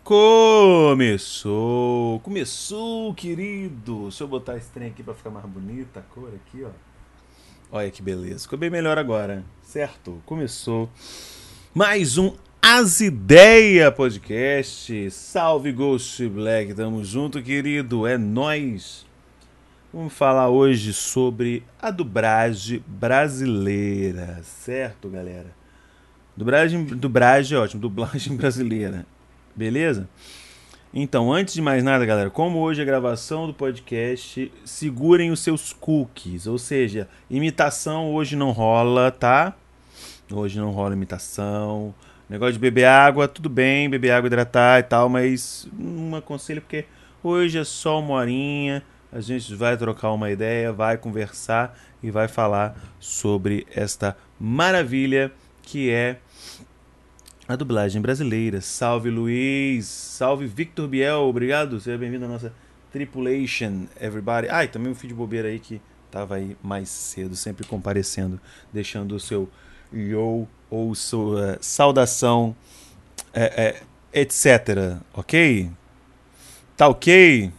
Começou, querido. Deixa eu botar esse trem aqui pra ficar mais bonita a cor aqui, ó. Olha que beleza. Ficou bem melhor agora, certo? Começou mais um As Ideia Podcast. Salve Ghost Black, tamo junto, querido. É nóis. Vamos falar hoje sobre a dublagem brasileira, certo, galera? Dublagem é ótimo, dublagem brasileira. Beleza? Então, antes de mais nada, galera, como hoje é a gravação do podcast, segurem os seus cookies, ou seja, imitação hoje não rola, tá? Hoje não rola imitação. Negócio de beber água, tudo bem, beber água, hidratar e tal, mas não aconselho porque hoje é só uma horinha, a gente vai trocar uma ideia, vai conversar e vai falar sobre esta maravilha que é a dublagem brasileira. Salve Luiz, salve Victor Biel, obrigado, seja bem-vindo à nossa Tripulation, everybody. Ah, e também o filho de bobeira aí que tava aí mais cedo, sempre comparecendo, deixando o seu yo ou sua saudação, etc. Ok? Tá ok?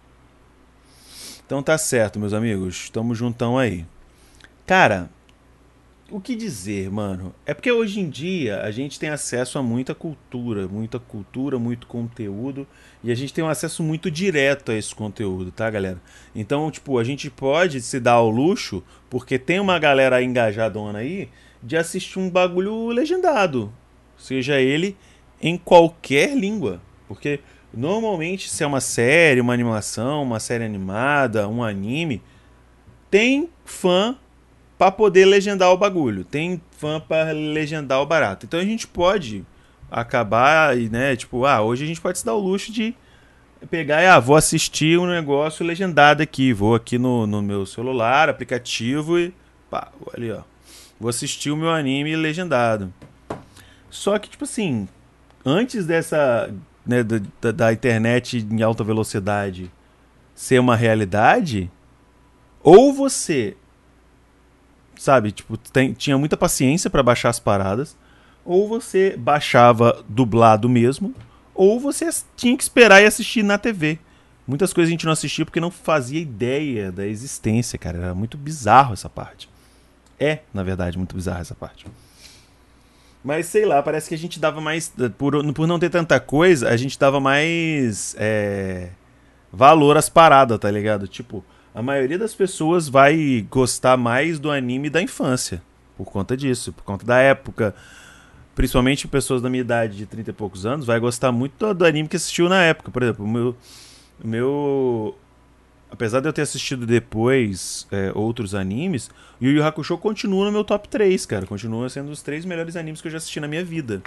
Então tá certo, meus amigos, tamo juntão aí. Cara, o que dizer, mano? É porque hoje em dia a gente tem acesso a muita cultura, muito conteúdo, e a gente tem um acesso muito direto a esse conteúdo, tá, galera? Então, tipo, a gente pode se dar ao luxo, porque tem uma galera engajadona aí, de assistir um bagulho legendado, seja ele em qualquer língua. Porque normalmente, se é uma série, uma animação, uma série animada, um anime, tem fã para poder legendar o bagulho. Tem fã para legendar o barato. Então a gente pode acabar e, né, tipo, hoje a gente pode se dar o luxo de pegar vou assistir um negócio legendado aqui. Vou aqui no meu celular, aplicativo e pá, ali, ó. Vou assistir o meu anime legendado. Só que, tipo assim, antes dessa, né, da internet em alta velocidade ser uma realidade, ou você sabe? Tipo, tinha muita paciência para baixar as paradas. Ou você baixava dublado mesmo, ou você tinha que esperar e assistir na TV. Muitas coisas a gente não assistia porque não fazia ideia da existência, cara. Era muito bizarro essa parte. É, na verdade, muito bizarro essa parte. Mas sei lá, parece que a gente dava mais. Por não ter tanta coisa, a gente dava mais valor às paradas, tá ligado? Tipo, a maioria das pessoas vai gostar mais do anime da infância. Por conta disso, por conta da época. Principalmente pessoas da minha idade, de 30 e poucos anos, vai gostar muito do anime que assistiu na época. Por exemplo, o meu apesar de eu ter assistido depois outros animes, Yu Yu Hakusho continua no meu top 3, cara. Continua sendo os três melhores animes que eu já assisti na minha vida.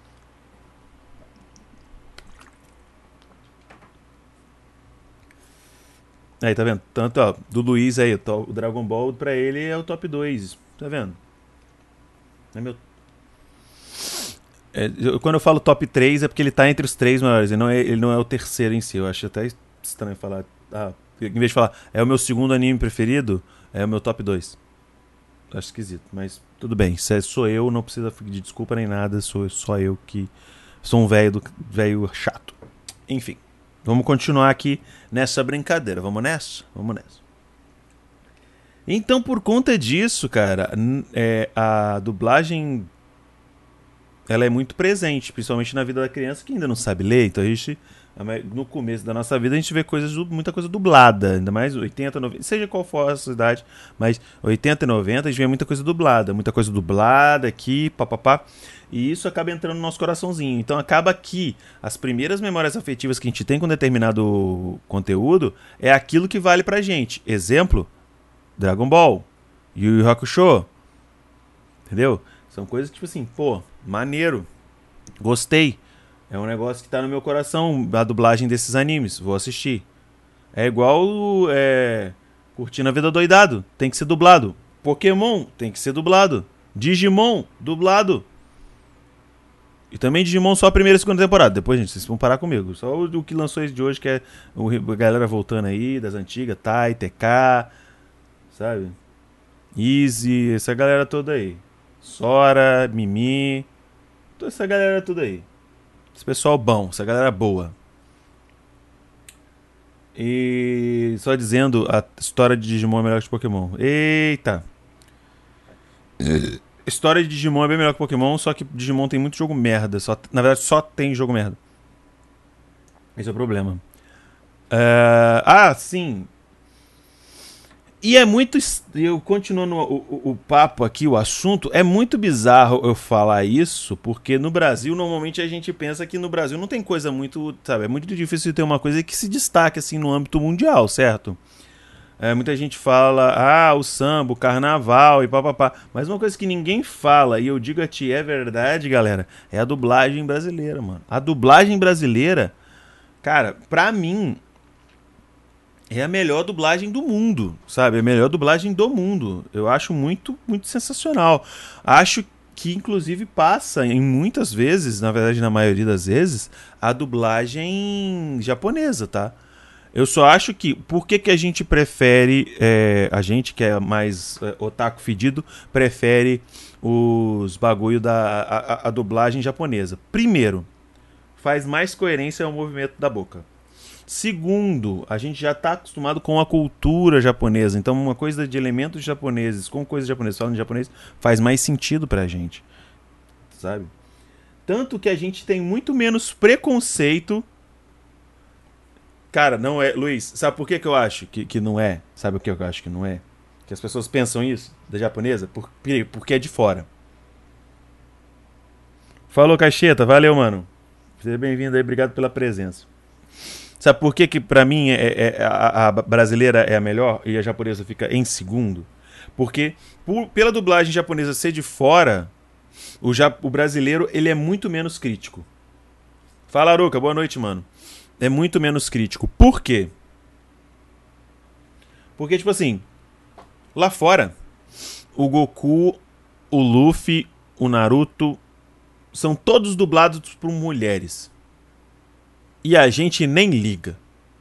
Aí, tá vendo? Tanto, ó, do Luiz aí, o Dragon Ball pra ele é o top 2. Tá vendo? É meu. Quando eu falo top 3 é porque ele tá entre os três maiores. Ele não é o terceiro em si. Eu acho até estranho falar. Em vez de falar, é o meu segundo anime preferido, é o meu top 2. Acho esquisito, mas tudo bem. Se sou eu, não precisa de desculpa nem nada. Sou só eu que sou um velho chato. Enfim, vamos continuar aqui nessa brincadeira. Vamos nessa? Vamos nessa. Então, por conta disso, cara, a dublagem ela é muito presente, principalmente na vida da criança que ainda não sabe ler. Então a gente, no começo da nossa vida, a gente vê muita coisa dublada, ainda mais 80, 90, seja qual for a sua idade, mas 80 e 90 a gente vê muita coisa dublada aqui, papapá. E isso acaba entrando no nosso coraçãozinho. Então acaba que as primeiras memórias afetivas que a gente tem com determinado conteúdo é aquilo que vale pra gente. Exemplo, Dragon Ball, Yu Yu Hakusho, entendeu? São coisas que, tipo assim, pô, maneiro, gostei. É um negócio que tá no meu coração, a dublagem desses animes. Vou assistir. É igual Curtindo a Vida Doidado. Tem que ser dublado. Pokémon tem que ser dublado. Digimon, dublado. E também Digimon só a primeira e segunda temporada. Depois, gente, vocês vão parar comigo. Só o que lançou esse de hoje, que é a galera voltando aí, das antigas, Tai, TK, sabe? Easy, essa galera toda aí. Sora, Mimi, toda essa galera toda aí. Esse pessoal bom, essa galera boa. E só dizendo, a história de Digimon é melhor que de Pokémon. Eita! A história de Digimon é bem melhor que Pokémon, só que Digimon tem muito jogo merda. Na verdade, só tem jogo merda. Esse é o problema. Sim. E é muito. Eu continuando o papo aqui, o assunto. É muito bizarro eu falar isso, porque no Brasil, normalmente a gente pensa que no Brasil não tem coisa muito. Sabe, é muito difícil ter uma coisa que se destaque assim no âmbito mundial, certo? Muita gente fala, o samba, o carnaval e papapá. Mas uma coisa que ninguém fala, e eu digo a ti, é verdade, galera, é a dublagem brasileira, mano. A dublagem brasileira, cara, pra mim, é a melhor dublagem do mundo, sabe? É a melhor dublagem do mundo. Eu acho muito, muito sensacional. Acho que, inclusive, passa em muitas vezes, na verdade, na maioria das vezes, a dublagem japonesa, tá? Eu só acho que. Por que, que a gente prefere. A gente que é mais otaku fedido, prefere os bagulho da a dublagem japonesa? Primeiro, faz mais coerência ao movimento da boca. Segundo, a gente já está acostumado com a cultura japonesa. Então, uma coisa de elementos japoneses com coisas japonesas falando em japonês faz mais sentido pra gente, sabe? Tanto que a gente tem muito menos preconceito. Cara, não é. Luiz, sabe por que, que eu acho que não é? Sabe o que eu acho que não é? Que as pessoas pensam isso da japonesa? Porque é de fora. Falou, Caixeta. Valeu, mano. Seja bem-vindo aí. Obrigado pela presença. Sabe por que, que pra mim a brasileira é a melhor e a japonesa fica em segundo? Porque pela dublagem japonesa ser de fora, o brasileiro ele é muito menos crítico. Fala, Aruca. Boa noite, mano. É muito menos crítico. Por quê? Porque, tipo assim, lá fora, o Goku, o Luffy, o Naruto são todos dublados por mulheres. E a gente nem liga.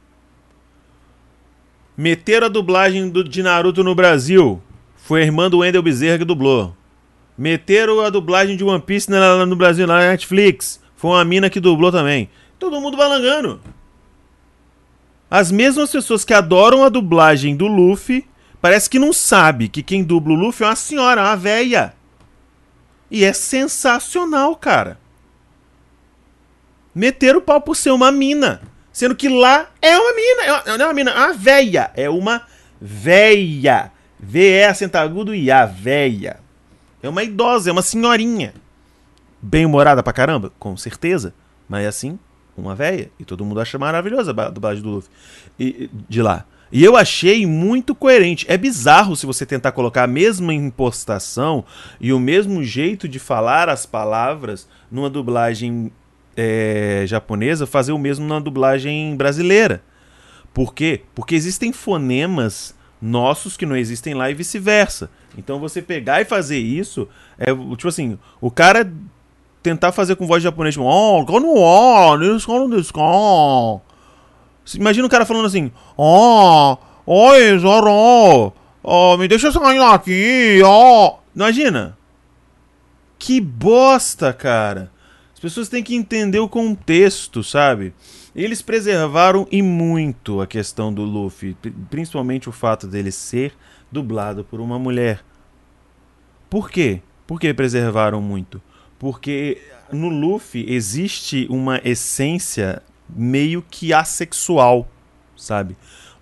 Meteram a dublagem de Naruto no Brasil. Foi a irmã do Wendel Bezerra que dublou. Meteram a dublagem de One Piece no Brasil, na Netflix. Foi uma mina que dublou também. Todo mundo balangando. As mesmas pessoas que adoram a dublagem do Luffy, parece que não sabe que quem dubla o Luffy é uma senhora, uma véia. E é sensacional, cara. Meter o pau por ser uma mina. Sendo que lá é uma mina. Não é uma mina, é uma véia. É uma véia. V-E acento agudo e A, véia. É uma idosa, é uma senhorinha. Bem-humorada pra caramba? Com certeza. Mas é assim, uma véia. E todo mundo acha maravilhosa a dublagem do Luffy. De lá. E eu achei muito coerente. É bizarro se você tentar colocar a mesma impostação e o mesmo jeito de falar as palavras numa dublagem japonesa, fazer o mesmo na dublagem brasileira. Por quê? Porque existem fonemas nossos que não existem lá e vice-versa. Então você pegar e fazer isso tipo assim, o cara tentar fazer com voz de japonês, tipo, imagina o cara falando assim, oi, Zoro, me deixa sair daqui, imagina. Que bosta, cara. As pessoas têm que entender o contexto, sabe? Eles preservaram e muito a questão do Luffy, principalmente o fato dele ser dublado por uma mulher. Por quê? Por que preservaram muito? Porque no Luffy existe uma essência meio que assexual, sabe?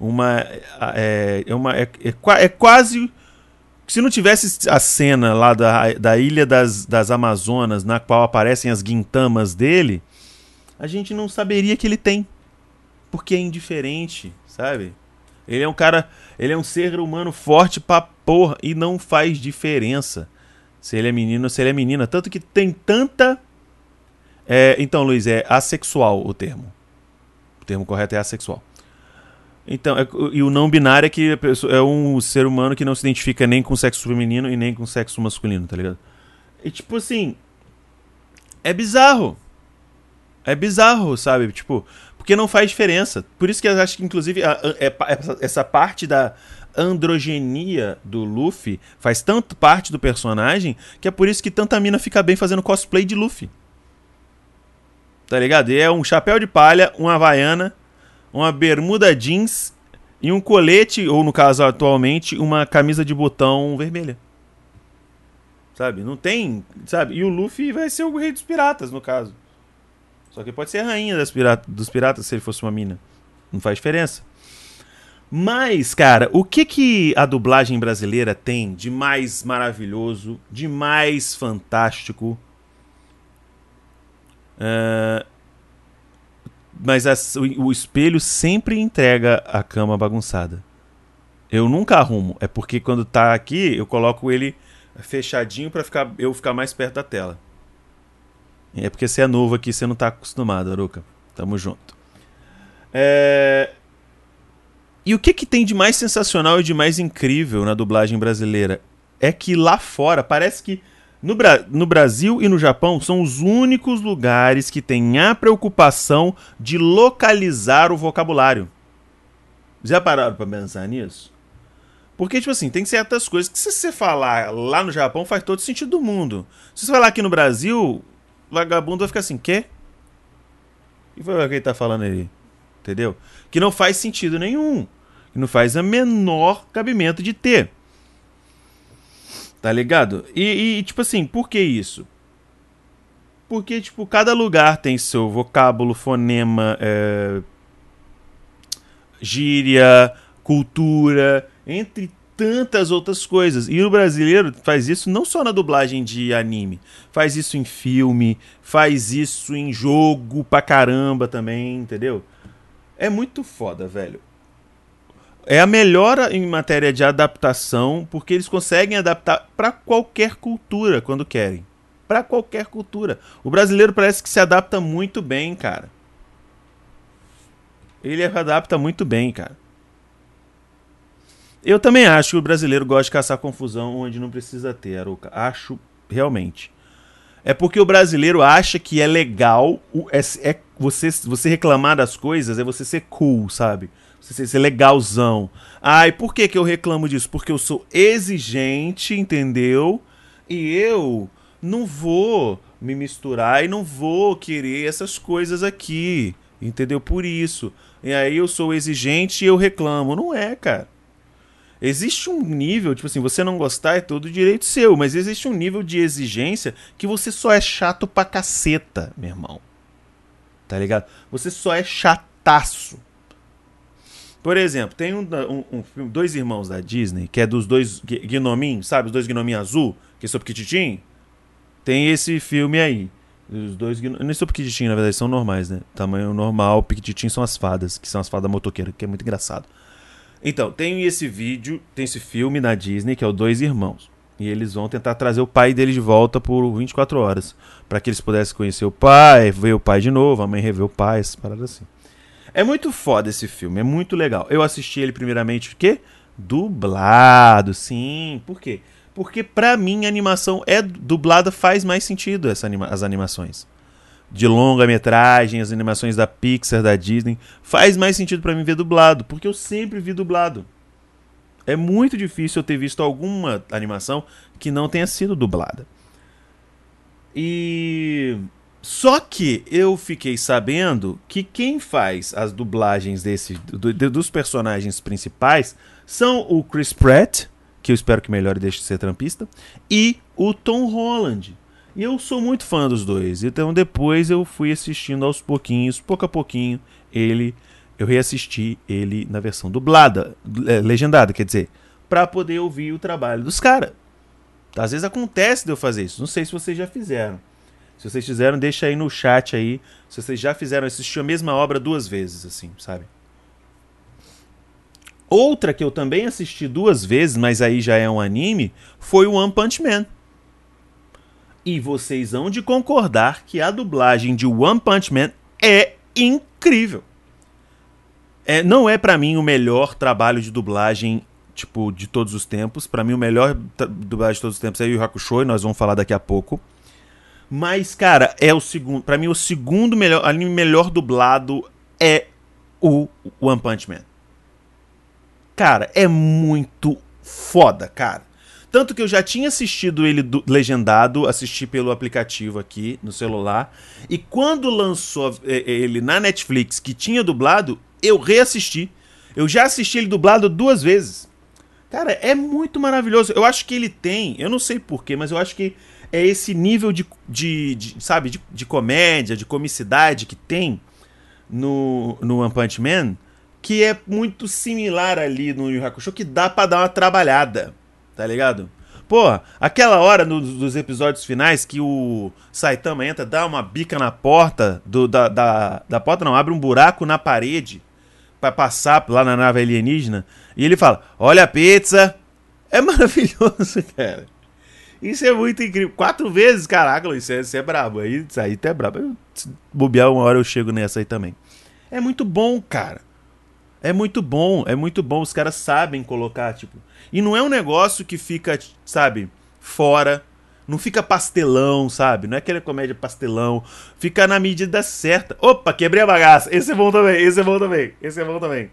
É quase. Se não tivesse a cena lá da Ilha das Amazonas, na qual aparecem as guintamas dele, a gente não saberia que ele tem. Porque é indiferente, sabe? Ele é um cara. Ele é um ser humano forte pra porra e não faz diferença se ele é menino ou se ele é menina. Tanto que tem tanta. Então, Luiz, é assexual o termo. O termo correto é assexual. Então, e o não binário é que a pessoa é um ser humano que não se identifica nem com o sexo feminino e nem com o sexo masculino, tá ligado? E tipo assim, é bizarro. É bizarro, sabe? Tipo, porque não faz diferença. Por isso que eu acho que, inclusive, essa parte da androgenia do Luffy faz tanto parte do personagem que é por isso que tanta mina fica bem fazendo cosplay de Luffy. Tá ligado? E é um chapéu de palha, uma havaiana, uma bermuda jeans e um colete, ou no caso atualmente, uma camisa de botão vermelha. Sabe? Não tem. Sabe? E o Luffy vai ser o rei dos piratas, no caso. Só que pode ser a rainha dos piratas se ele fosse uma mina. Não faz diferença. Mas, cara, o que que a dublagem brasileira tem de mais maravilhoso, de mais fantástico? É, mas o espelho sempre entrega a cama bagunçada. Eu nunca arrumo. É porque quando tá aqui, eu coloco ele fechadinho pra eu ficar mais perto da tela. É porque você é novo aqui, você não tá acostumado, Aruca. Tamo junto. É... E o que que tem de mais sensacional e de mais incrível na dublagem brasileira? É que lá fora, parece que no Brasil e no Japão são os únicos lugares que têm a preocupação de localizar o vocabulário. Já pararam pra pensar nisso? Porque, tipo assim, tem certas coisas que se você falar lá no Japão faz todo sentido do mundo. Se você falar aqui no Brasil, o vagabundo vai ficar assim, quê? O que foi que ele tá falando aí? Entendeu? Que não faz sentido nenhum. Que não faz a menor cabimento de ter. Tá ligado? Tipo assim, por que isso? Porque, tipo, cada lugar tem seu vocábulo, fonema, gíria, cultura, entre tantas outras coisas. E o brasileiro faz isso não só na dublagem de anime, faz isso em filme, faz isso em jogo pra caramba também, entendeu? É muito foda, velho. É a melhor em matéria de adaptação, porque eles conseguem adaptar pra qualquer cultura quando querem. Pra qualquer cultura. O brasileiro parece que se adapta muito bem, cara. Ele adapta muito bem, cara. Eu também acho que o brasileiro gosta de caçar confusão onde não precisa ter, Aruca. Acho realmente. É porque o brasileiro acha que é legal você reclamar das coisas, é você ser cool, sabe? Você ser legalzão. Ai, por que eu reclamo disso? Porque eu sou exigente, entendeu? E eu não vou me misturar e não vou querer essas coisas aqui, entendeu? Por isso. E aí eu sou exigente e eu reclamo. Não é, cara. Existe um nível, tipo assim, você não gostar é todo direito seu, mas existe um nível de exigência que você só é chato pra caceta, meu irmão. Tá ligado? Você só é chataço. Por exemplo, tem um filme, dois irmãos da Disney, que é dos dois gnominhos, sabe? Os dois gnominhos azul, que é sobre Kititim. Tem esse filme aí. Os dois não são Piquititim, na verdade, são normais, né? Tamanho normal, Piquititim são as fadas, que são as fadas motoqueiras, que é muito engraçado. Então, tem esse vídeo, tem esse filme na Disney, que é o Dois Irmãos. E eles vão tentar trazer o pai deles de volta por 24 horas. Pra que eles pudessem conhecer o pai, ver o pai de novo, a mãe rever o pai, essas paradas assim. É muito foda esse filme, é muito legal. Eu assisti ele primeiramente, o quê? Dublado, sim. Por quê? Porque pra mim a animação é dublada, faz mais sentido as animações. De longa-metragem, as animações da Pixar, da Disney, faz mais sentido pra mim ver dublado, porque eu sempre vi dublado. É muito difícil eu ter visto alguma animação que não tenha sido dublada. E só que eu fiquei sabendo que quem faz as dublagens dos personagens principais são o Chris Pratt, que eu espero que melhore e deixe de ser trampista, e o Tom Holland. E eu sou muito fã dos dois. Então depois eu fui assistindo aos pouquinhos, pouco a pouquinho, eu reassisti ele na versão dublada, legendada, quer dizer, pra poder ouvir o trabalho dos caras. Às vezes acontece de eu fazer isso. Não sei se vocês já fizeram. Se vocês fizeram, deixa aí no chat aí. Se vocês já fizeram, assistir a mesma obra duas vezes, assim, sabe? Outra que eu também assisti duas vezes, mas aí já é um anime, foi o One Punch Man. E vocês hão de concordar que a dublagem de One Punch Man é incrível. Não é pra mim o melhor trabalho de dublagem tipo de todos os tempos. Pra mim o melhor dublagem de todos os tempos é Yu Yu Hakusho, e nós vamos falar daqui a pouco. Mas, cara, é o segundo. Pra mim, o segundo melhor anime melhor dublado é o One Punch Man. Cara, é muito foda, cara. Tanto que eu já tinha assistido ele legendado, assisti pelo aplicativo aqui no celular. E quando lançou ele na Netflix, que tinha dublado, eu reassisti. Eu já assisti ele dublado 2 vezes. Cara, é muito maravilhoso. Eu acho que ele tem, eu não sei porquê, mas eu acho que é esse nível sabe, de comédia, de comicidade que tem no One Punch Man, que é muito similar ali no Yu Hakusho, que dá pra dar uma trabalhada, tá ligado? Pô, aquela hora dos episódios finais que o Saitama entra, dá uma bica na porta, da porta não, abre um buraco na parede pra passar lá na nave alienígena, e ele fala, olha a pizza. É maravilhoso, cara. Isso é muito incrível. 4 vezes, caraca, Luiz, você é brabo. Isso aí tu é brabo. Se bobear uma hora eu chego nessa aí também. É muito bom, cara. É muito bom, é muito bom. Os caras sabem colocar, tipo... E não é um negócio que fica, sabe, fora. Não fica pastelão, sabe? Não é aquela comédia pastelão. Fica na medida certa. Opa, quebrei a bagaça. Esse é bom também, esse é bom também, esse é bom também.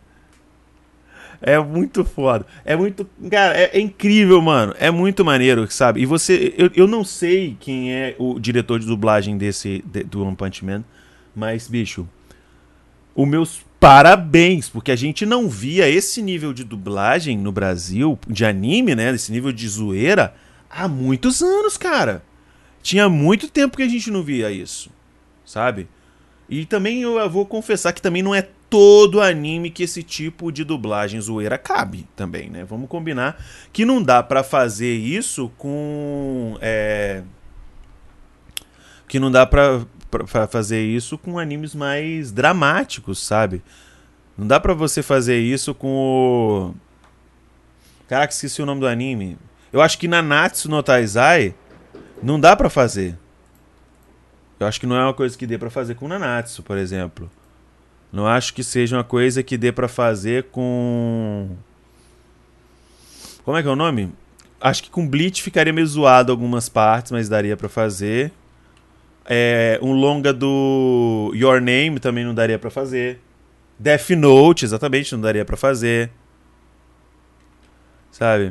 É muito foda. É muito. Cara, é incrível, mano. É muito maneiro, sabe? E você. Eu não sei quem é o diretor de dublagem do One Punch Man. Mas, bicho. Os meus parabéns. Porque a gente não via esse nível de dublagem no Brasil, de anime, né? Esse nível de zoeira, há muitos anos, cara. Tinha muito tempo que a gente não via isso. Sabe? E também eu vou confessar que também não é todo anime que esse tipo de dublagem zoeira cabe também, né? Vamos combinar que não dá pra fazer isso com... que não dá pra fazer isso com animes mais dramáticos, sabe? Não dá pra você fazer isso com o... Caraca, esqueci o nome do anime. Eu acho que Nanatsu no Taizai não dá pra fazer. Eu acho que não é uma coisa que dê pra fazer com Nanatsu, por exemplo. Não acho que seja uma coisa que dê pra fazer com... Como é que é o nome? Acho que com Bleach ficaria meio zoado algumas partes, mas daria pra fazer. Um longa do Your Name também não daria pra fazer. Death Note, exatamente, não daria pra fazer. Sabe?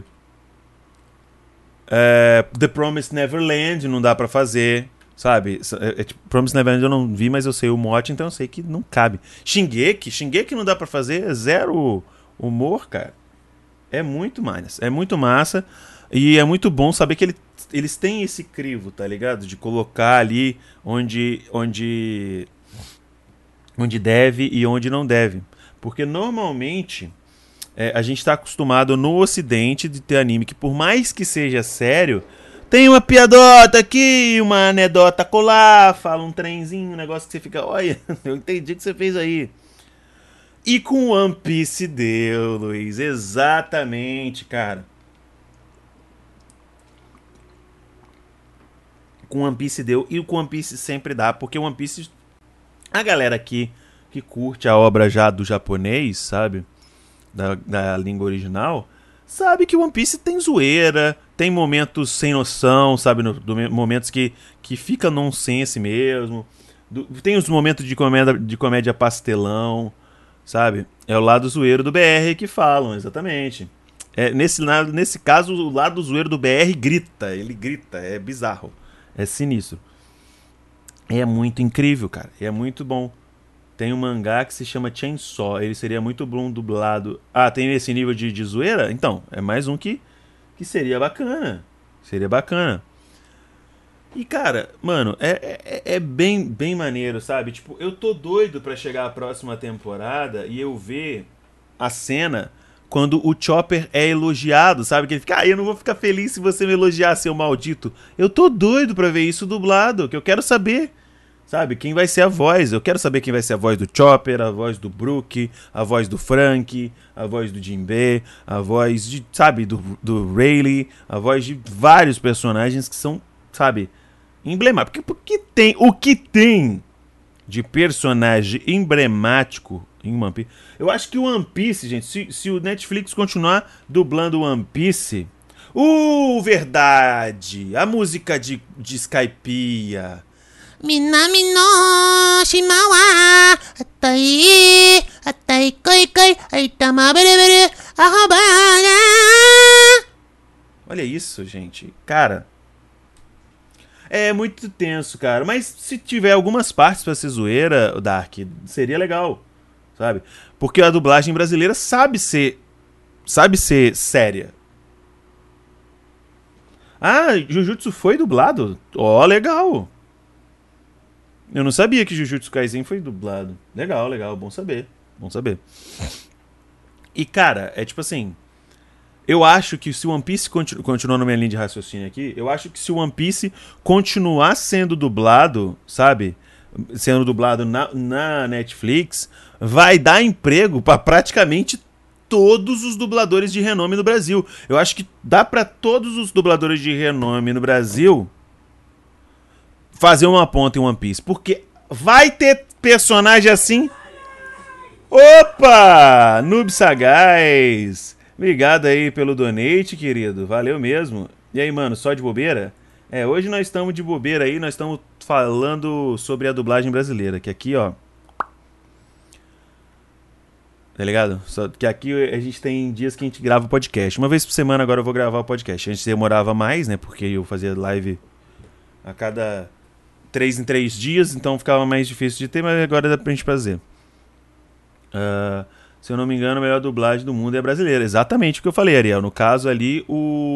The Promised Neverland não dá pra fazer. Sabe? Promised Neverland eu não vi, mas eu sei o mote, então eu sei que não cabe. Shingeki não dá pra fazer, é zero humor, cara. É muito massa. É muito massa. E é muito bom saber que eles têm esse crivo, tá ligado? De colocar ali onde deve e onde não deve. Porque normalmente a gente tá acostumado no ocidente de ter anime que, por mais que seja sério, tem uma piadota aqui, uma anedota colar, fala um trenzinho, um negócio que você fica, olha, eu entendi o que você fez aí. E com One Piece deu, Luiz, exatamente, cara. Com One Piece deu, e com One Piece sempre dá, porque One Piece, a galera aqui que curte a obra já do japonês, sabe, da língua original, sabe que One Piece tem zoeira, tem momentos sem noção, sabe, momentos que fica nonsense mesmo, tem os momentos de comédia pastelão, sabe, é o lado zoeiro do BR que falam, exatamente. Nesse caso, o lado zoeiro do BR grita, ele grita, é bizarro. É sinistro. É muito incrível, cara. É muito bom. Tem um mangá que se chama Chainsaw. Ele seria muito bom dublado. Ah, tem esse nível de zoeira? Então, é mais um que seria bacana. Seria bacana. E, cara, mano, é bem, bem maneiro, sabe? Tipo, eu tô doido pra chegar a próxima temporada e eu ver a cena quando o Chopper é elogiado, sabe? Que ele fica, eu não vou ficar feliz se você me elogiar, seu maldito. Eu tô doido pra ver isso dublado, que eu quero saber, sabe? Quem vai ser a voz. Eu quero saber quem vai ser a voz do Chopper, a voz do Brook, a voz do Frank, a voz do Jinbe, a voz de, sabe, do Rayleigh, a voz de vários personagens que são, sabe, emblemáticos. Porque o que tem de personagem emblemático em One Piece. Eu acho que o One Piece, gente, se o Netflix continuar dublando One Piece. Verdade! A música de Skypiea. Minami no shima wa atai koi koi aitama bere bere ahobara. Olha isso, gente. Cara, é muito tenso, cara. Mas se tiver algumas partes pra ser zoeira, Dark, seria legal, sabe? Porque a dublagem brasileira sabe ser séria. Ah, Jujutsu foi dublado? Ó, oh, legal. Eu não sabia que Jujutsu Kaisen foi dublado. Legal, legal, bom saber. Bom saber. E cara, é tipo assim, eu acho que se o One Piece continuando minha linha de raciocínio aqui, eu acho que se o One Piece continuar sendo dublado, sabe? Sendo dublado na Netflix, vai dar emprego para praticamente todos os dubladores de renome no Brasil. Eu acho que dá para todos os dubladores de renome no Brasil fazer uma ponta em One Piece, porque vai ter personagem assim. Opa! Noob Sagaz! Obrigado aí pelo donate, querido. Valeu mesmo. E aí, mano, só de bobeira? É, hoje nós estamos de bobeira aí, nós estamos falando sobre a dublagem brasileira, que aqui, ó, tá ligado? Só que aqui a gente tem dias que a gente grava o podcast. Uma vez por semana agora eu vou gravar o podcast. Antes demorava mais, né? Porque eu fazia live a cada 3 em 3 dias, então ficava mais difícil de ter, mas agora dá pra gente fazer. Ah, se eu não me engano, a melhor dublagem do mundo é a brasileira. Exatamente o que eu falei, Ariel. No caso ali,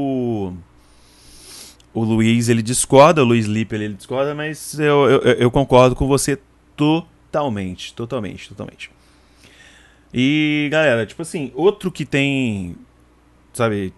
o Luiz ele discorda, o Luiz Lippe ele discorda, mas eu concordo com você totalmente, totalmente, totalmente. E galera, tipo assim, outro que tem, sabe,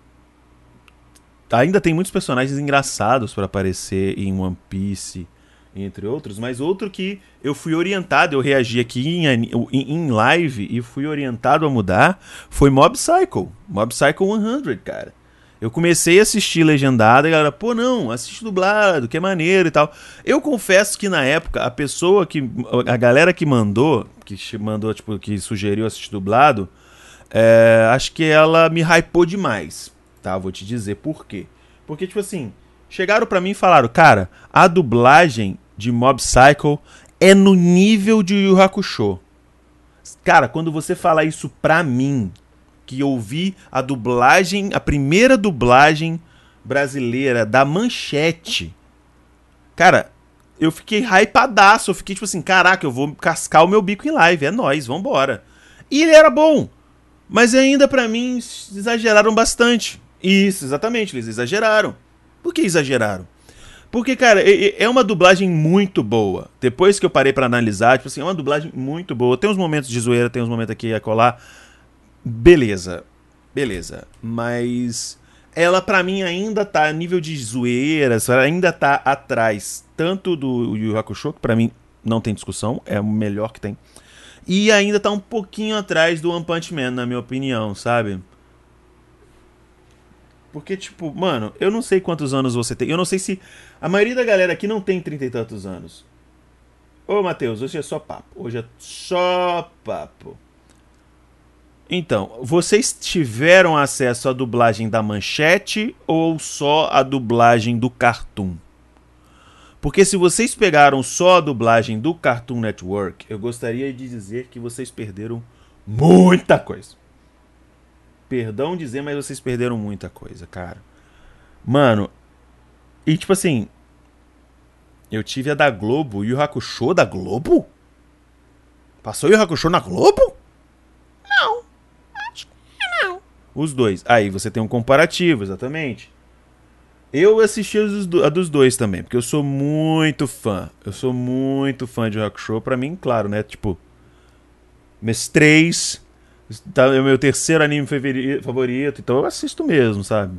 ainda tem muitos personagens engraçados para aparecer em One Piece, entre outros, mas outro que eu fui orientado, eu reagi aqui em live e fui orientado a mudar, foi Mob Psycho. Mob Psycho 100, cara. Eu comecei a assistir legendado e a galera, pô, não, assiste dublado, que é maneiro e tal. Eu confesso que na época, a galera que mandou, tipo, que sugeriu assistir dublado, acho que ela me hypou demais, tá? Vou te dizer por quê. Porque, tipo assim, chegaram pra mim e falaram, cara, a dublagem de Mob Psycho é no nível de Yu Hakusho. Cara, quando você fala isso pra mim, que eu vi a dublagem, a primeira dublagem brasileira da Manchete, cara, eu fiquei hypadaço. Eu fiquei tipo assim, caraca, eu vou cascar o meu bico em live, é nóis, vambora. E ele era bom, mas ainda pra mim exageraram bastante. Isso, exatamente, eles exageraram. Por que exageraram? Porque, cara, é uma dublagem muito boa. Depois que eu parei pra analisar, tipo assim, é uma dublagem muito boa. Tem uns momentos de zoeira, tem uns momentos aqui e acolá. Beleza. Beleza. Mas ela pra mim ainda tá a nível de zoeiras, ela ainda tá atrás tanto do Yu Yu Hakusho, que pra mim não tem discussão, é o melhor que tem. E ainda tá um pouquinho atrás do One Punch Man, na minha opinião, sabe? Porque, tipo, mano, eu não sei quantos anos você tem. Eu não sei se. A maioria da galera aqui não tem 30 e tantos anos. Ô, Matheus, hoje é só papo. Hoje é só papo. Então, vocês tiveram acesso à dublagem da Manchete ou só a dublagem do Cartoon? Porque se vocês pegaram só a dublagem do Cartoon Network, eu gostaria de dizer que vocês perderam muita coisa. Perdão dizer, mas vocês perderam muita coisa, cara. Mano, e tipo assim, eu tive a da Globo e o Hakusho da Globo? Passou o Hakusho na Globo? Não, acho que não. Os dois. Aí você tem um comparativo, exatamente. Eu assisti a dos dois também, porque eu sou muito fã. Eu sou muito fã de Hakusho. Pra mim, claro, né? Tipo, meus três. Tá, é o meu terceiro anime favorito, então eu assisto mesmo, sabe?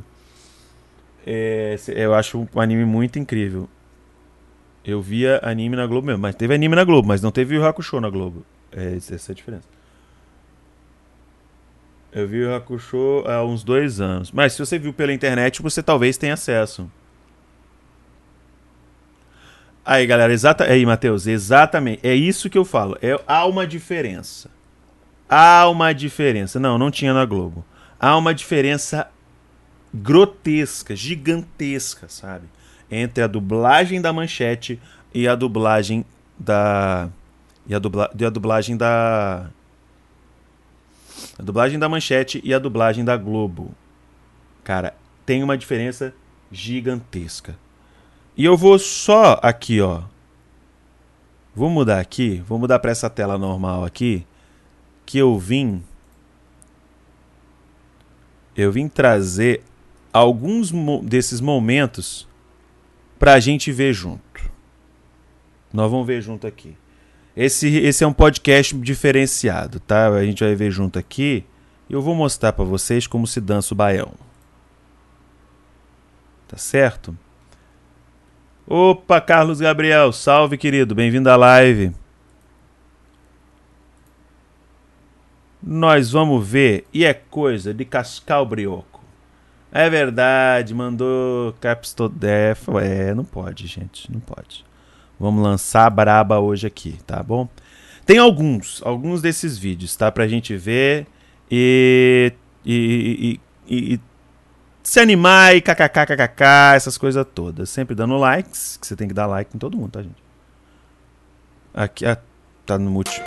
Eu acho um anime muito incrível. Eu via anime na Globo mesmo, mas teve anime na Globo, mas não teve o Hakusho na Globo. Essa é a diferença. Eu vi o Hakusho há uns 2 anos. Mas se você viu pela internet, você talvez tenha acesso. Aí, galera, aí, Matheus, exatamente. É isso que eu falo. Há uma diferença. Há uma diferença. Não, não tinha na Globo. Há uma diferença grotesca, gigantesca, sabe? Entre a dublagem da Manchete e a dublagem da. E a dublagem da. A dublagem da Manchete e a dublagem da Globo. Cara, tem uma diferença gigantesca. E eu vou só aqui, ó. Vou mudar aqui, vou mudar para essa tela normal aqui, que eu vim trazer alguns desses momentos pra gente ver junto. Nós vamos ver junto aqui. Esse é um podcast diferenciado, tá? A gente vai ver junto aqui e eu vou mostrar pra vocês como se dança o baião. Tá certo? Opa, Carlos Gabriel, salve, querido, bem-vindo à live. Nós vamos ver, e é coisa de cascar o brioco. É verdade, mandou Capstodef. Não pode, gente, não pode. Vamos lançar a braba hoje aqui, tá bom? Tem alguns desses vídeos, tá? Pra gente ver e se animar e kkkkkk, essas coisas todas. Sempre dando likes, que você tem que dar like em todo mundo, tá, gente? Aqui, tá no mute.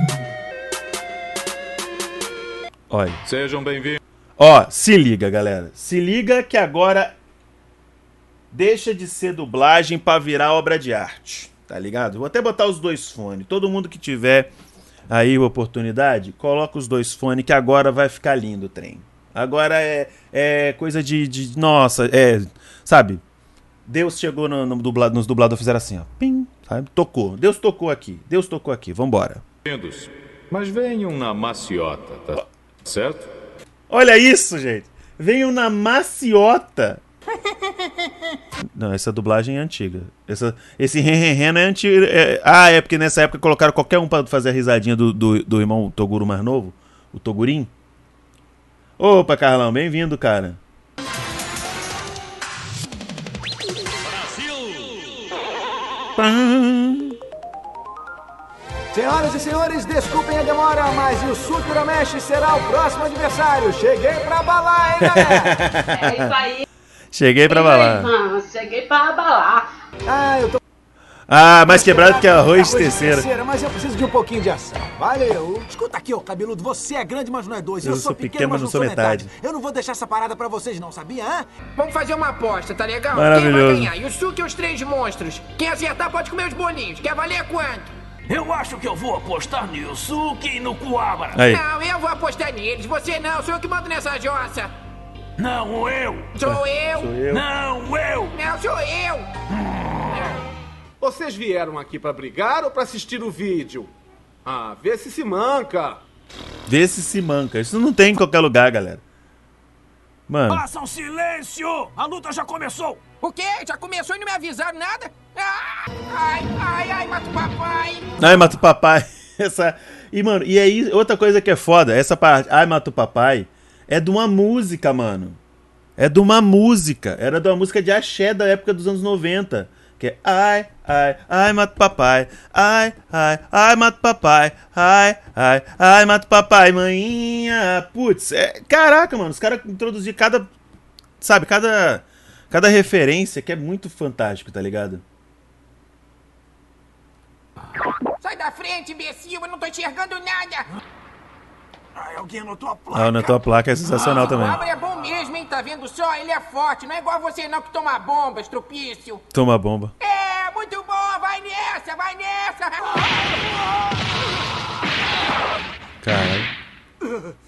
Olha. Sejam bem-vindos. Ó, se liga, galera. Se liga que agora deixa de ser dublagem pra virar obra de arte, tá ligado? Vou até botar os dois fones. Todo mundo que tiver aí oportunidade, coloca os dois fones que agora vai ficar lindo o trem. Agora é coisa de nossa, sabe? Deus chegou nos dubladores, fizeram assim, ó. Pim, sabe? Tocou. Deus tocou aqui. Vambora. Mas venham na maciota, tá certo? Olha isso, gente. Venham na maciota. Não, essa dublagem é antiga. Esse ren não é antigo. É porque nessa época colocaram qualquer um pra fazer a risadinha do irmão Toguro mais novo. O Togurim. Opa, Carlão, bem-vindo, cara. Brasil! Senhoras e senhores, desculpem a demora, mas o Yusuke Urameshi será o próximo adversário. Cheguei pra abalar, hein, galera? É isso aí. Cheguei pra abalar. Cheguei pra abalar. Eu tô... mais quebrado que arroz de terceira. Mas eu preciso de um pouquinho de ação. Valeu. Escuta aqui, ô cabeludo, você é grande, mas não é dois. Eu sou pequeno, mas não sou metade. Eu não vou deixar essa parada pra vocês não, sabia, hã? Vamos fazer uma aposta, tá legal? Maravilhoso. Quem vai ganhar? Yusuke ou os três monstros? Quem acertar pode comer os bolinhos. Quer valer quanto? Eu acho que eu vou apostar no Yusuke e no Kuwabara. Aí. Não, eu vou apostar neles. Você não, sou eu que mando nessa jossa. Não, eu. Sou eu. Não, eu. Não, sou eu. Vocês vieram aqui pra brigar ou pra assistir o vídeo? Vê se manca. Vê se manca. Isso não tem em qualquer lugar, galera. Mano. Façam silêncio! A luta já começou! O quê? Já começou e não me avisaram nada? Ai, mata o papai. Ai, mata o papai. E, mano, e aí, outra coisa que é foda, essa parte, ai, mata o papai, é de uma música, mano. Era de uma música de axé da época dos anos 90. Que é ai, mata o papai. Ai, mata o papai. Ai, mata o papai, maninha. Putz, caraca, mano, os caras introduziram cada referência que é muito fantástico, tá ligado? Sai da frente, imbecil, eu não tô enxergando nada. Alguém anotou a placa. Anotou a placa, é sensacional também. O Abra é bom mesmo, hein? Tá vendo só? Ele é forte, não é igual você não que toma bomba, estropício. Toma bomba. É, muito bom, vai nessa, vai nessa. Caralho.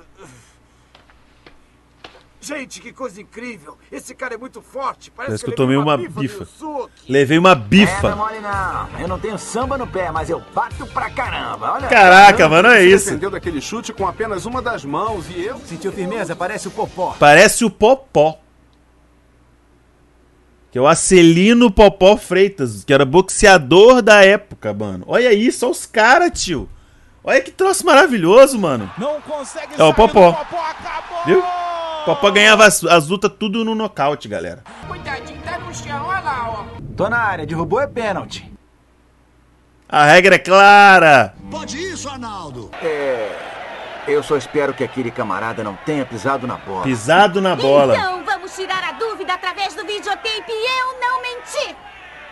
Gente, que coisa incrível. Esse cara é muito forte. Parece que eu tomei uma bifa. Yusuke. Levei uma bifa. Não é mole não. Eu não tenho samba no pé, mas eu bato pra caramba. Olha. Caraca, mano, é Você isso. defendeu daquele chute com apenas uma das mãos e eu... Sentiu firmeza? Parece o Popó. Parece o Popó. Que é o Acelino Popó Freitas, que era boxeador da época, mano. Olha isso, olha os caras, tio. Olha que troço maravilhoso, mano. Não consegue É o Popó. Acabou. Viu? O Popó ganhava as lutas tudo no nocaute, galera. Coitadinho, tá no chão, olha lá, ó. Tô na área, derrubou é pênalti. A regra é clara. Pode isso, Arnaldo. Eu só espero que aquele camarada não tenha pisado na bola. Pisado na bola. Então vamos tirar a dúvida através do videotape e eu não menti.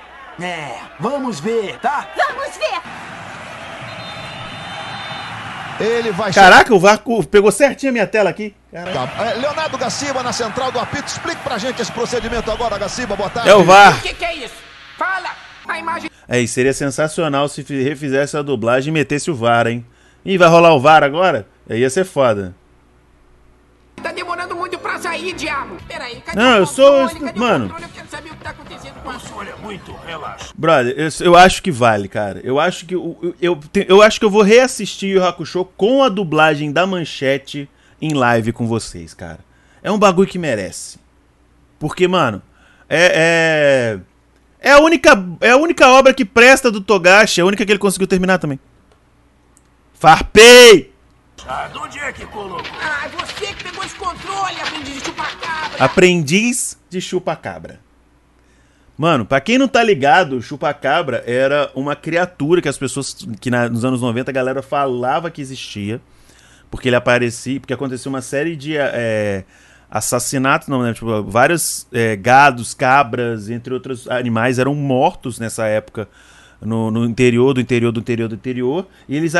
Vamos ver, tá? Vamos ver. Ele vai... Caraca, o VAR pegou certinho a minha tela aqui. Leonardo Gaciba na central do apito. Explique pra gente esse procedimento agora, Gaciba. Boa tarde. É o VAR. O que é isso? Fala! A imagem... Aí, seria sensacional se refizesse a dublagem e metesse o VAR, hein? Ih, vai rolar o VAR agora? Aí ia ser foda. Tá demorando muito pra sair, diabo. Peraí, cadê Não, o eu sou... controle? Cadê Mano... o controle? Eu quero saber o que tá acontecendo com a sua. É muito, relaxa. Brother, eu acho que vale, cara. Eu acho que eu acho que eu vou reassistir o Hakusho com a dublagem da Manchete em live com vocês, cara. É um bagulho que merece. Porque, mano, é a única obra que presta do Togashi, é a única que ele conseguiu terminar também. Farpei! Ah, de onde é que colocou? Ah, você que pegou esse controle, aprendiz de chupacabra. Aprendiz de chupacabra. Mano, pra quem não tá ligado, chupacabra era uma criatura que as pessoas, nos anos 90 a galera falava que existia, porque ele aparecia, porque aconteceu uma série de assassinatos, não, né? Tipo, vários gados, cabras, entre outros animais eram mortos nessa época no interior, e eles,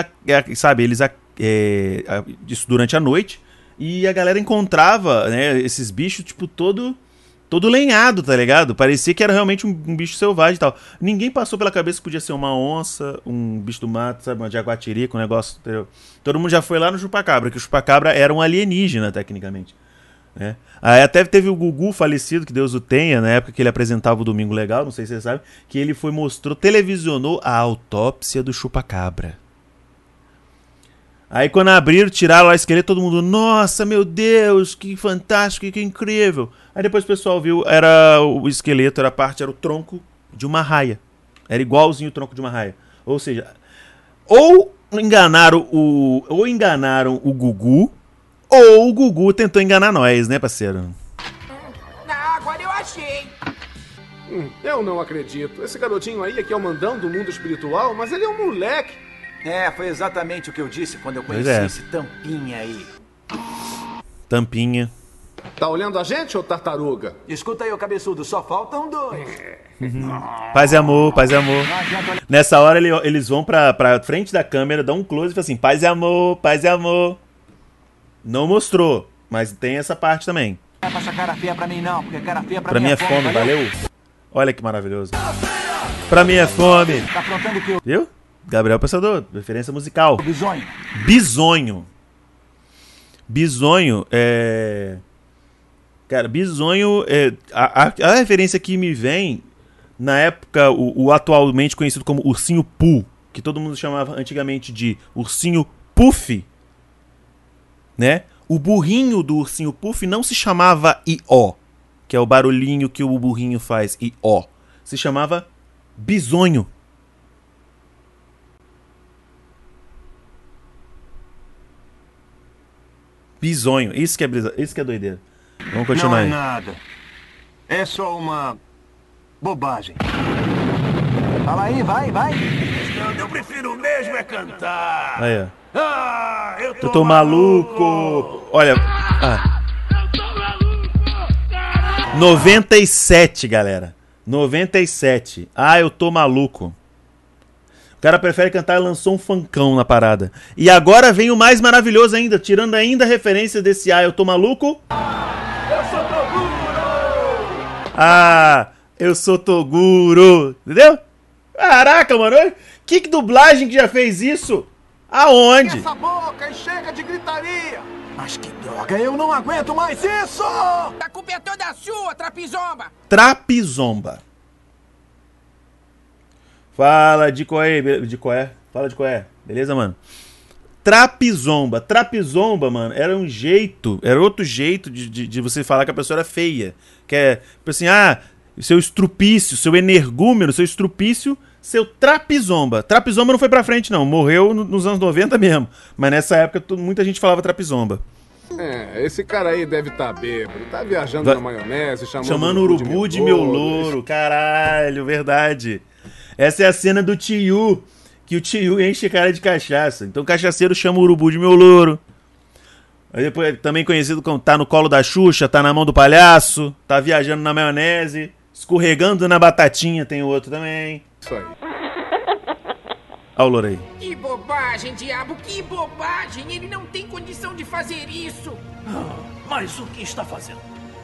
isso durante a noite, e a galera encontrava, né, esses bichos, tipo, todo lenhado, tá ligado? Parecia que era realmente um bicho selvagem e tal. Ninguém passou pela cabeça que podia ser uma onça, um bicho do mato, sabe? Uma jaguatirica, um negócio, entendeu? Todo mundo já foi lá no chupacabra, que o chupacabra era um alienígena, tecnicamente. Né? Aí até teve o Gugu falecido, que Deus o tenha, na época que ele apresentava o Domingo Legal, não sei se você sabe, que ele televisionou a autópsia do chupacabra. Aí quando abriram, tiraram lá o esqueleto, todo mundo, nossa, meu Deus, que fantástico, que incrível. Aí depois o pessoal viu, era o esqueleto, era o tronco de uma raia. Era igualzinho o tronco de uma raia. Ou seja, ou enganaram o Gugu, ou o Gugu tentou enganar nós, né, parceiro? Não, agora eu achei. Eu não acredito. Esse garotinho aí é que é o mandão do mundo espiritual, mas ele é um moleque. Foi exatamente o que eu disse quando eu conheci esse Tampinha aí. Tampinha. Tá olhando a gente ou tartaruga? Escuta aí, ô cabeçudo, só faltam dois. Paz e amor, paz e amor. Nessa hora eles vão pra frente da câmera, dão um close e falam assim, paz e amor, paz e amor. Não mostrou, mas tem essa parte também. Não é pra essa cara feia pra mim não, porque cara feia pra mim é fome, valeu? Olha que maravilhoso. Pra mim é fome. Tá aprontando o que eu... Viu? Gabriel Pensador, referência musical. Bisonho. Bisonho é... Cara, Bisonho é... A referência que me vem, na época, o atualmente conhecido como Ursinho Pooh, que todo mundo chamava antigamente de Ursinho Puff, né? O burrinho do Ursinho Puff não se chamava I-O, que é o barulhinho que o burrinho faz, I-O. Se chamava Bisonho. Bisonho, isso que é doideira. Vamos continuar aí. Não é nada. É só uma bobagem. Fala aí, vai. Eu prefiro mesmo é cantar. Aí, ó. Ah, eu tô maluco. Olha. Eu tô maluco, caralho. 97, galera. 97. Ah, eu tô maluco. O cara prefere cantar e lançou um funkão na parada. E agora vem o mais maravilhoso ainda, tirando ainda a referência desse eu tô maluco. Eu sou Toguro! Eu sou Toguro. Entendeu? Caraca, mano. Que dublagem que já fez isso? Aonde? Essa boca e chega de gritaria. Mas que droga, eu não aguento mais isso! A culpa é toda sua, Trapizomba. Trapizomba. Fala de coé. Fala de coé. Beleza, mano? Trapizomba. Trapizomba, mano, era outro jeito de você falar que a pessoa era feia. Que é, tipo assim, seu estrupício, seu energúmeno, seu estrupício, seu trapizomba. Trapizomba não foi pra frente, não. Morreu nos anos 90 mesmo. Mas nessa época muita gente falava trapizomba. Esse cara aí deve estar bêbado. Tá viajando na maionese, chamando o urubu de meu louro. Caralho, verdade. Essa é a cena do Tio, que o Tio enche a cara de cachaça. Então o cachaceiro chama o urubu de meu louro. Aí depois, também conhecido como tá no colo da Xuxa, tá na mão do palhaço, tá viajando na maionese, escorregando na batatinha, tem outro também. Isso aí. Olha o louro aí. Que bobagem, diabo, que bobagem! Ele não tem condição de fazer isso! Mas o que está fazendo?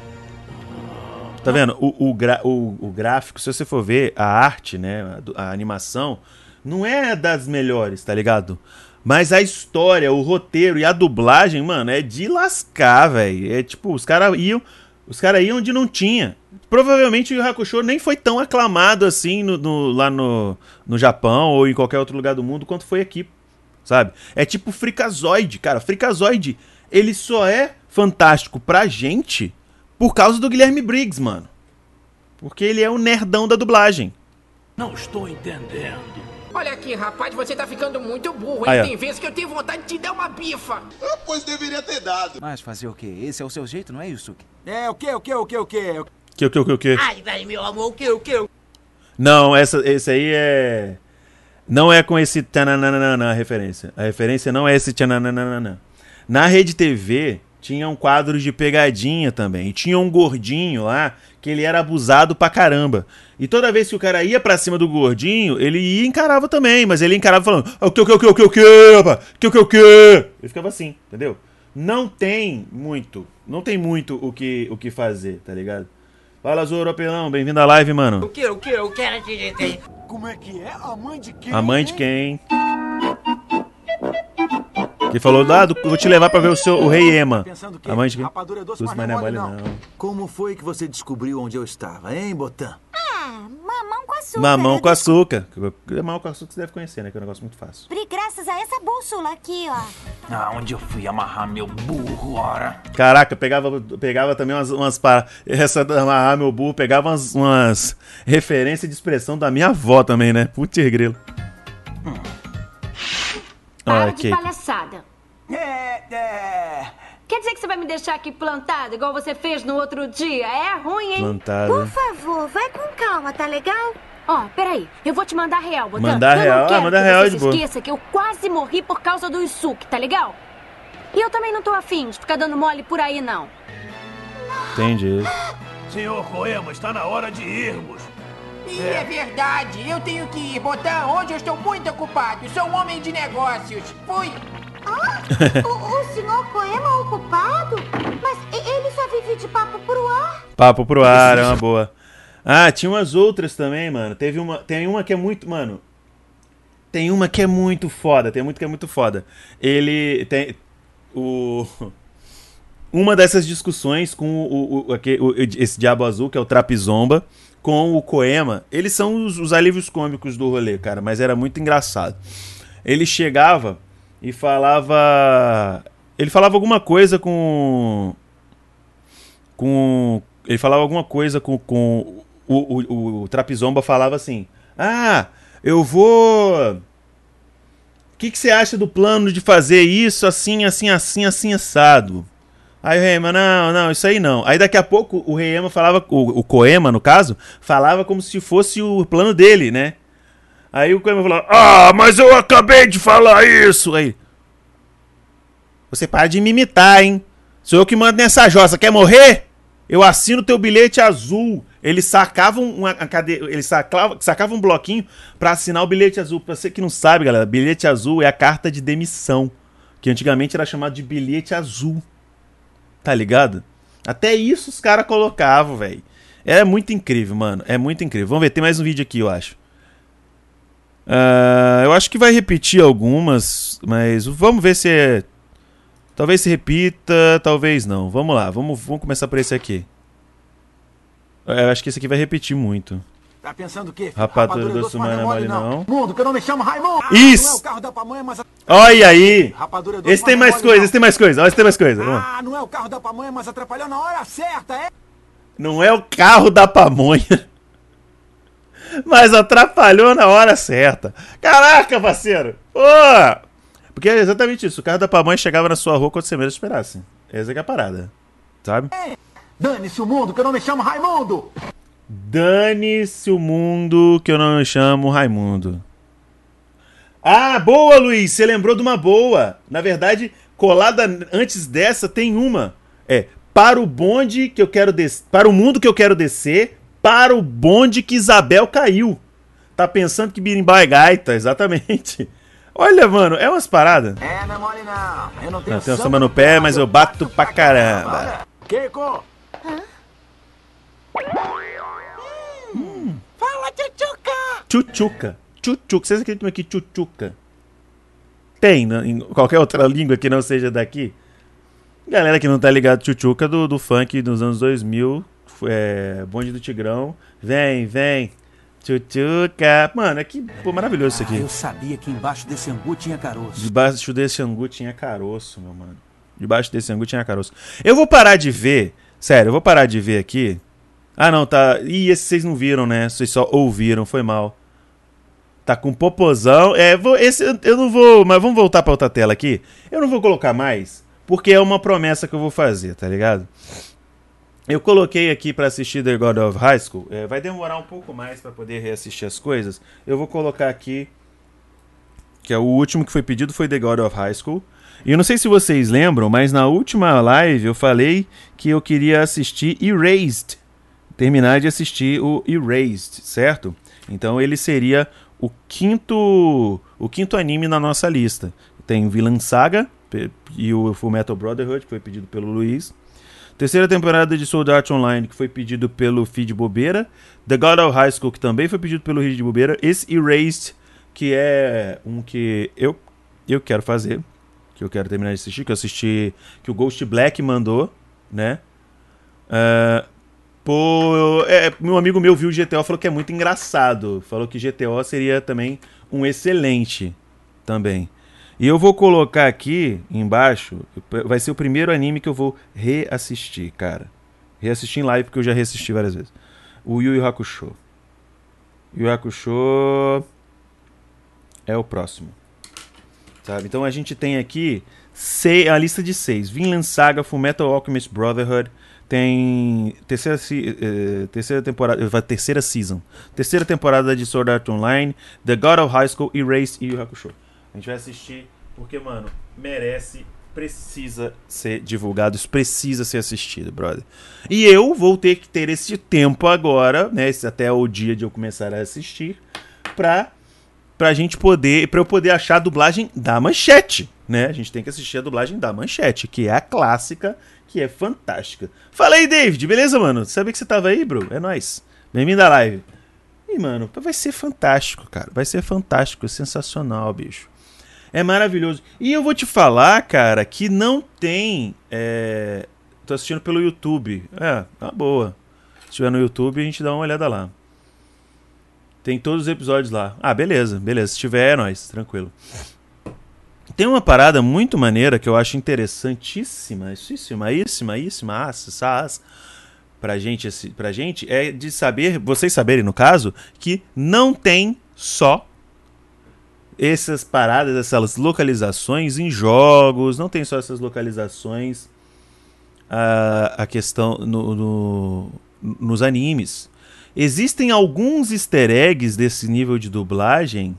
Tá vendo? O gráfico, se você for ver, a arte, né? A animação, não é das melhores, tá ligado? Mas a história, o roteiro e a dublagem, mano, é de lascar, velho. É tipo, os caras iam onde não tinha. Provavelmente o Yu Hakusho nem foi tão aclamado assim lá no Japão ou em qualquer outro lugar do mundo quanto foi aqui, sabe? É tipo Freakazoid, cara. Freakazoid, ele só é fantástico pra gente por causa do Guilherme Briggs, mano. Porque ele é o nerdão da dublagem. Não estou entendendo. Olha aqui, rapaz, você tá ficando muito burro, hein? Tem vezes que eu tenho vontade de te dar uma bifa. Pois deveria ter dado. Mas fazer o quê? Esse é o seu jeito, não é, Yusuke? O quê? O quê? Ai, velho, meu amor, o quê? Não, esse aí é... Não é com esse tchananana a referência. A referência não é esse tchananana. Na Rede TV tinha um quadro de pegadinha também. E tinha um gordinho lá que ele era abusado pra caramba. E toda vez que o cara ia pra cima do gordinho, ele ia e encarava também. Mas ele encarava falando, o que, rapaz? O que? Ele ficava assim, entendeu? Não tem muito o que fazer, tá ligado? Fala, Zoro Apelão, bem-vindo à live, mano. O que? Eu quero te dizer. Como é que é? A mãe de quem? A mãe de quem? Que falou, vou te levar pra ver o Rei Ema. A mãe de quem? Rapadura doce, mas não é mole, não. Como foi que você descobriu onde eu estava, hein, Botan? Mamão com açúcar. Mamão com açúcar. Mamão com açúcar você deve conhecer, né? Que é um negócio muito fácil. Graças a essa bússola aqui, ó. Onde eu fui amarrar meu burro, ora? Caraca, pegava também umas essa de amarrar meu burro, pegava umas referências de expressão da minha avó também, né? Putz, grilo. Para de palhaçada. Quer dizer que você vai me deixar aqui plantada, igual você fez no outro dia? É ruim, hein? Plantada. Por favor, vai com calma, tá legal? Peraí, eu vou te mandar real, Botan. Mandar real? Mandar real de boa. Esqueça que eu quase morri por causa do Yusuke, tá legal? E eu também não tô afim de ficar dando mole por aí, não. Entendi. Senhor Koema, está na hora de irmos. É verdade, eu tenho que ir, Botan. Hoje eu estou muito ocupado. Sou um homem de negócios. Fui. O senhor Koema ocupado? Mas ele só vive de papo pro ar? Papo pro ar, é uma boa. Tinha umas outras também, mano. Tem uma que é muito, mano. Tem uma que é muito foda. Ele tem uma dessas discussões com esse Diabo Azul, que é o Trapzomba, com o Koema. Eles são os alívios cômicos do rolê, cara. Mas era muito engraçado. Ele chegava e falava... Ele falava alguma coisa com... Ele falava alguma coisa com o Trapzomba falava assim... eu vou... O que você acha do plano de fazer isso assim, assado? Aí o Reima, não, isso aí não. Aí daqui a pouco o Reima falava... O Koema, no caso, falava como se fosse o plano dele, né? Aí o Koema falou, mas eu acabei de falar isso. Aí, você para de me imitar, hein? Sou eu que mando nessa jossa, quer morrer? Eu assino teu bilhete azul. Eles sacavam sacavam um bloquinho pra assinar o bilhete azul. Pra você que não sabe, galera, bilhete azul é a carta de demissão, que antigamente era chamado de bilhete azul. Tá ligado? Até isso os caras colocavam, velho. É muito incrível, mano. É muito incrível. Vamos ver, tem mais um vídeo aqui, eu acho. Eu acho que vai repetir algumas, mas vamos ver se talvez se repita, talvez não. Vamos lá, vamos começar por esse aqui. Eu acho que esse aqui vai repetir muito. Tá pensando o quê? Rapadura doce, mas não é mole, não. Mundo, que eu não me chamo Raimundo. Isso! Não é o carro da pamonha, mas... Olha aí! Doce, esse tem mais coisa, esse tem mais coisa. Olha, esse tem mais coisa. Não é o carro da pamonha, mas atrapalhou na hora certa, é? Não é o carro da pamonha, mas atrapalhou na hora certa. Caraca, parceiro! Porque é exatamente isso. O carro da pamonha chegava na sua rua quando você menos esperasse. Essa que é a parada. Sabe? Dane-se o mundo, que eu não me chamo Raimundo! Dane-se o mundo, que eu não me chamo Raimundo. Boa, Luiz! Você lembrou de uma boa. Na verdade, colada antes dessa, tem uma. Para o bonde que eu quero descer. Para o mundo que eu quero descer. Para o bonde que Isabel caiu. Tá pensando que birimbau é gaita, exatamente. Olha, mano, é umas paradas. Não é mole não. Eu não tenho Não, tenho samba no pé, mas eu bato pra caramba. Keiko! Fala, tchutchuca! Tchutchuca. Tchutchuca. Vocês acreditam que tchutchuca tem em qualquer outra língua que não seja daqui? Galera que não tá ligado, tchutchuca do funk dos anos 2000, Bonde do Tigrão. Vem, tchutchuca. Mano, é que pô, maravilhoso isso aqui. Eu sabia que embaixo desse angu tinha caroço. Debaixo desse angu tinha caroço, meu mano. Debaixo desse angu tinha caroço. Eu vou parar de ver, sério, eu vou parar de ver aqui. Ah, não, tá. Ih, esse vocês não viram, né? Vocês só ouviram, foi mal. Tá com popozão. Esse eu não vou. Mas vamos voltar pra outra tela aqui. Eu não vou colocar mais, porque é uma promessa que eu vou fazer, tá ligado? Eu coloquei aqui pra assistir The God of High School. Vai demorar um pouco mais pra poder reassistir as coisas. Eu vou colocar aqui, que é o último que foi pedido, foi The God of High School. E eu não sei se vocês lembram, mas na última live eu falei que eu queria assistir Erased. Terminar de assistir o Erased, certo? Então ele seria o quinto anime na nossa lista. Tem Vinland Saga e o Fullmetal Brotherhood, que foi pedido pelo Luiz. Terceira temporada de Sword Art Online, que foi pedido pelo Feed Bobeira. The God of High School, que também foi pedido pelo Feed Bobeira. Esse Erased, que é um que eu quero fazer, que eu quero terminar de assistir, que eu assisti, que o Ghost Black mandou, né? Um amigo meu viu o GTO, falou que é muito engraçado. Falou que GTO seria também um excelente também. E eu vou colocar aqui embaixo, vai ser o primeiro anime que eu vou reassistir, cara. Reassistir em live, porque eu já reassisti várias vezes. O Yu Yu Hakusho. Yu Yu Hakusho é o próximo. Sabe? Então a gente tem aqui a lista de 6. Vinland Saga, Fullmetal Alchemist Brotherhood. Tem terceira temporada, terceira season. Terceira temporada de Sword Art Online, The God of High School, Erased e Yu Yu Hakusho. A gente vai assistir porque, mano, merece, precisa ser divulgado, isso precisa ser assistido, brother. E eu vou ter que ter esse tempo agora, né, até o dia de eu começar a assistir, pra eu poder achar a dublagem da Manchete, né? A gente tem que assistir a dublagem da Manchete, que é a clássica, que é fantástica. Fala aí, David, beleza, mano? Sabia que você tava aí, bro? É nóis. Bem-vindo à live. E, mano, vai ser fantástico, cara. Vai ser fantástico, sensacional, bicho. É maravilhoso. E eu vou te falar, cara, que não tem... Tô assistindo pelo YouTube. Tá boa. Se estiver no YouTube, a gente dá uma olhada lá. Tem todos os episódios lá. Ah, beleza. Se tiver, é nóis. Tranquilo. Tem uma parada muito maneira que eu acho interessantíssima. Pra gente é de saber, vocês saberem no caso, que não tem só essas paradas, essas localizações em jogos, não tem só essas localizações a questão nos animes. Existem alguns easter eggs desse nível de dublagem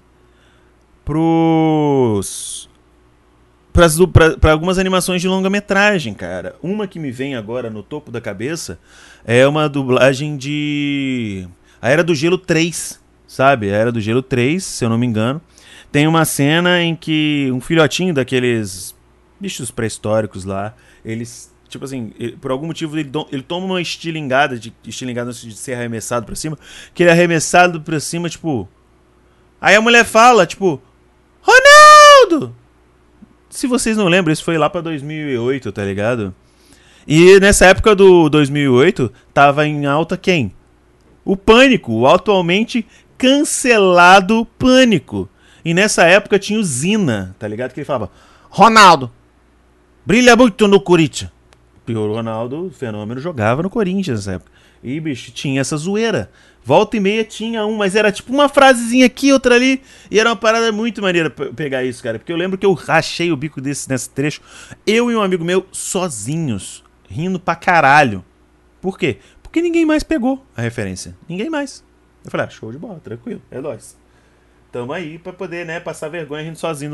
para algumas animações de longa-metragem, cara. Uma que me vem agora no topo da cabeça é uma dublagem de A Era do Gelo 3, sabe? A Era do Gelo 3, se eu não me engano. Tem uma cena em que um filhotinho daqueles bichos pré-históricos lá, eles, tipo assim, por algum motivo ele toma uma estilingada de ser arremessado pra cima, que ele é arremessado pra cima, tipo... Aí a mulher fala, tipo... Ronaldo! Se vocês não lembram, isso foi lá pra 2008, tá ligado? E nessa época do 2008, tava em alta quem? O Pânico, o atualmente cancelado Pânico. E nessa época tinha o Zina, tá ligado? Que ele falava, Ronaldo, brilha muito no Corinthians. E o Ronaldo, o fenômeno, jogava no Corinthians nessa época. E, bicho, tinha essa zoeira. Volta e meia tinha um, mas era tipo uma frasezinha aqui, outra ali. E era uma parada muito maneira pegar isso, cara. Porque eu lembro que eu rachei o bico nesse trecho. Eu e um amigo meu, sozinhos, rindo pra caralho. Por quê? Porque ninguém mais pegou a referência. Ninguém mais. Eu falei, show de bola, tranquilo, é nóis. Tamo aí pra poder, né, passar vergonha rindo sozinho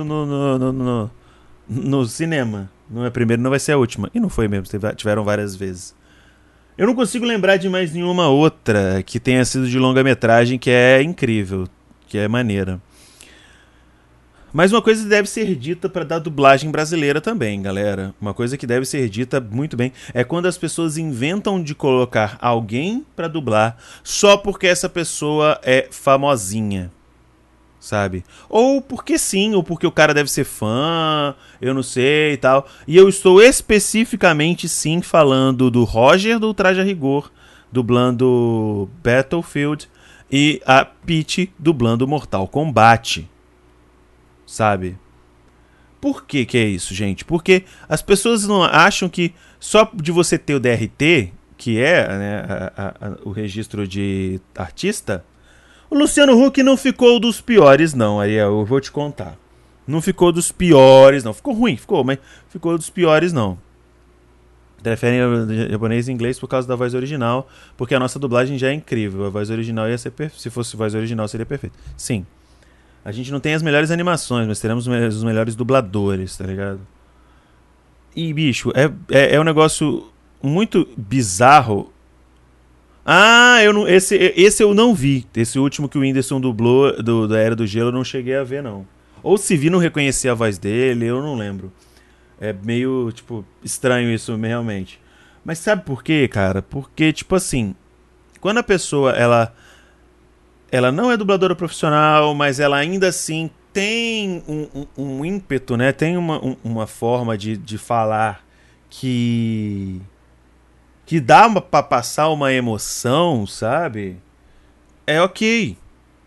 no cinema. Não é a primeira, não vai ser a última. E não foi mesmo, tiveram várias vezes. Eu não consigo lembrar de mais nenhuma outra que tenha sido de longa-metragem que é incrível. que é maneira. Mas uma coisa que deve ser dita para dar dublagem brasileira também, galera. Uma coisa que deve ser dita muito bem é quando as pessoas inventam de colocar alguém para dublar só porque essa pessoa é famosinha, sabe? Ou porque sim, ou porque o cara deve ser fã, eu não sei e tal. E eu estou especificamente sim falando do Roger do Traje a Rigor, dublando Battlefield, e a Peach dublando Mortal Kombat. Sabe? Por que é isso, gente? Porque as pessoas não acham que só de você ter o DRT, que é, né, o registro de artista, o Luciano Huck não ficou dos piores, não, Ariel, eu vou te contar. Não ficou dos piores, não. Ficou ruim, ficou, mas ficou dos piores, não. Preferem japonês e inglês por causa da voz original, porque a nossa dublagem já é incrível. A voz original ia ser se fosse voz original seria perfeito. Sim. A gente não tem as melhores animações, mas teremos os melhores dubladores, tá ligado? E, bicho, é um negócio muito bizarro. Ah, esse eu não vi. Esse último que o Whindersson dublou, da Era do Gelo, eu não cheguei a ver, não. Ou se vi, não reconheci a voz dele, eu não lembro. É meio, tipo, estranho isso realmente. Mas sabe por quê, cara? Porque, tipo assim, quando a pessoa, ela não é dubladora profissional, mas ela ainda assim tem um ímpeto, né? Tem uma forma de falar que dá pra passar uma emoção, sabe? É ok.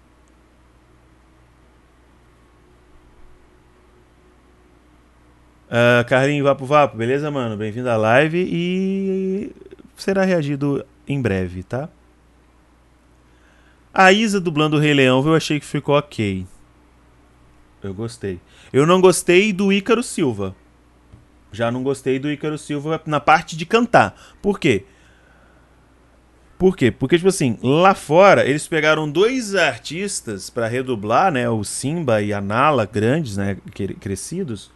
Carlinho Vapo Vapo, beleza, mano? Bem-vindo à live e será reagido em breve, tá? A Isa dublando o Rei Leão, eu achei que ficou ok. Eu gostei. Eu não gostei do Ícaro Silva. Já não gostei do Ícaro Silva na parte de cantar. Por quê? Porque, tipo assim, lá fora eles pegaram 2 artistas pra redublar, né? O Simba e a Nala, grandes, né? Crescidos.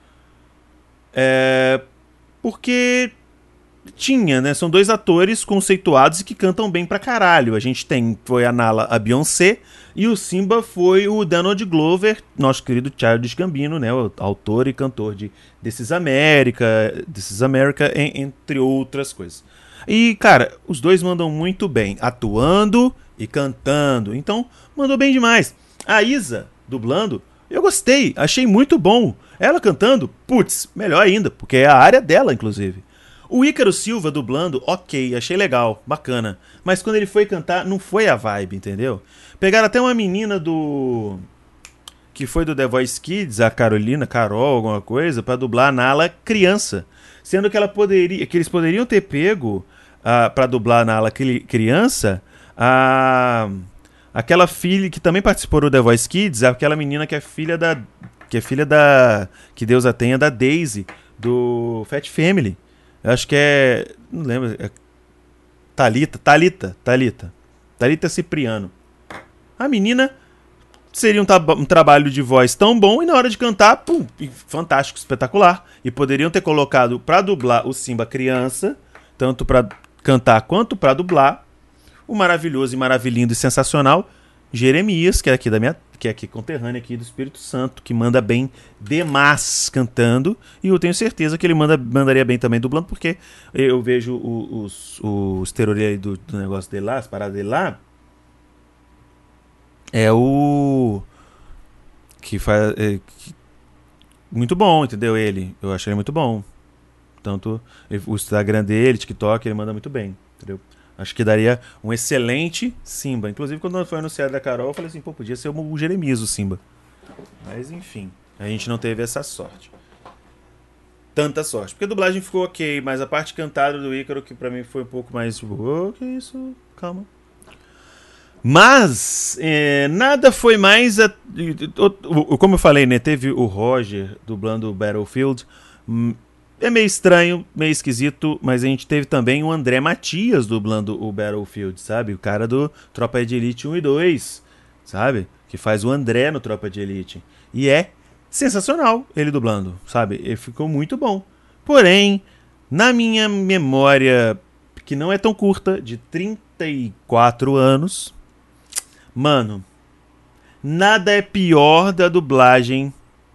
Porque tinha, né? São 2 atores conceituados e que cantam bem pra caralho. A gente foi a Nala, a Beyoncé, e o Simba foi o Donald Glover, nosso querido Childish Gambino, né? O autor e cantor de This is America, entre outras coisas. E, cara, os 2 mandam muito bem, atuando e cantando. Então, mandou bem demais. A Isa, dublando, eu gostei, achei muito bom. Ela cantando, putz, melhor ainda, porque é a área dela, inclusive. O Ícaro Silva dublando, ok, achei legal, bacana. Mas quando ele foi cantar, não foi a vibe, entendeu? Pegaram até uma menina que foi do The Voice Kids, a Carol, alguma coisa, pra dublar a Nala criança. Sendo que eles poderiam ter pego pra dublar a Nala criança aquela filha que também participou do The Voice Kids, aquela menina que é filha da que Deus a tenha, da Daisy, do Fat Family. Eu acho que não lembro, Thalita Cipriano. A menina seria um trabalho de voz tão bom e na hora de cantar, pum, fantástico, espetacular. E poderiam ter colocado pra dublar o Simba criança, tanto pra cantar quanto pra dublar, o maravilhoso e maravilhindo e sensacional Jeremias, que é aqui conterrâneo aqui do Espírito Santo, que manda bem demais cantando, e eu tenho certeza que ele mandaria bem também dublando, porque eu vejo os terrores aí do negócio dele lá, as paradas dele lá, é o que faz muito bom, entendeu? Eu achei ele muito bom, tanto o Instagram dele, TikTok, ele manda muito bem, entendeu? Acho que daria um excelente Simba. Inclusive, quando foi anunciado da Carol, eu falei assim, pô, podia ser o Jeremias, o Simba. Mas, enfim, a gente não teve essa sorte. Tanta sorte. Porque a dublagem ficou ok, mas a parte cantada do Ícaro, que pra mim foi um pouco mais tipo, que isso? Calma. Mas, nada foi mais... Como eu falei, né? Teve o Roger dublando o Battlefield. É meio estranho, meio esquisito, mas a gente teve também o André Matias dublando o Battlefield, sabe? O cara do Tropa de Elite 1 e 2, sabe? Que faz o André no Tropa de Elite. E é sensacional ele dublando, sabe? Ele ficou muito bom. Porém, na minha memória, que não é tão curta, de 34 anos, mano, Nada é pior da dublagem.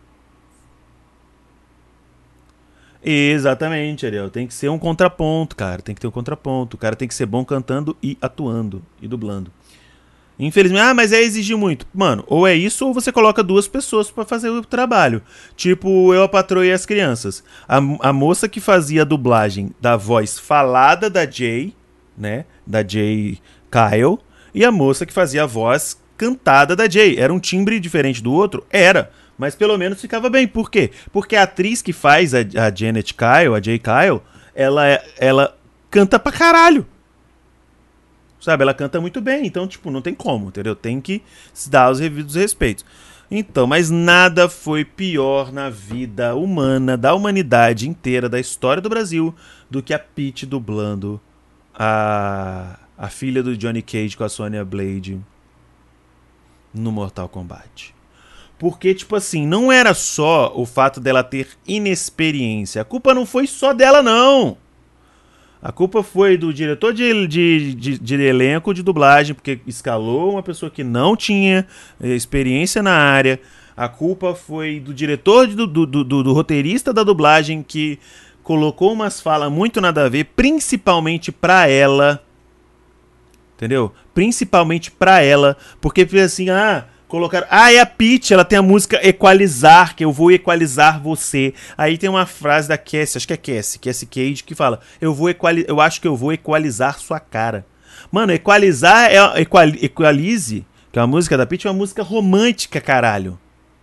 Exatamente, Ariel. Tem que ser um contraponto, cara. Tem que ter um contraponto. O cara tem que ser bom cantando e atuando e dublando. Infelizmente, mas é exigir muito. Mano, ou é isso ou você coloca 2 pessoas pra fazer o trabalho. Tipo, Eu, a Patroa e as Crianças. A moça que fazia a dublagem da voz falada da Jay, né? Da Jay Kyle. E a moça que fazia a voz cantada da Jay. Era um timbre diferente do outro? Era. Mas pelo menos ficava bem. Por quê? Porque a atriz que faz a Janet Kyle, a Jay Kyle, ela canta pra caralho. Sabe, ela canta muito bem, então, tipo, não tem como, entendeu? Tem que se dar os devidos respeitos. Então, mas nada foi pior na vida humana, da humanidade inteira, da história do Brasil, do que a Peach dublando a filha do Johnny Cage com a Sonya Blade no Mortal Kombat. Porque, tipo assim, não era só o fato dela ter inexperiência. A culpa não foi só dela, não. A culpa foi do diretor de elenco de dublagem, porque escalou uma pessoa que não tinha experiência na área. A culpa foi do diretor do roteirista da dublagem, que colocou umas falas muito nada a ver, principalmente pra ela. Entendeu? Principalmente pra ela. Porque assim, colocaram... é a Peach, ela tem a música Equalizar, que eu vou equalizar você. Aí tem uma frase da Cassie, acho que é Cassie Cage, que fala, eu acho que eu vou equalizar sua cara. Mano, equalizar Equalize, que é uma música da Peach, é uma música romântica, caralho.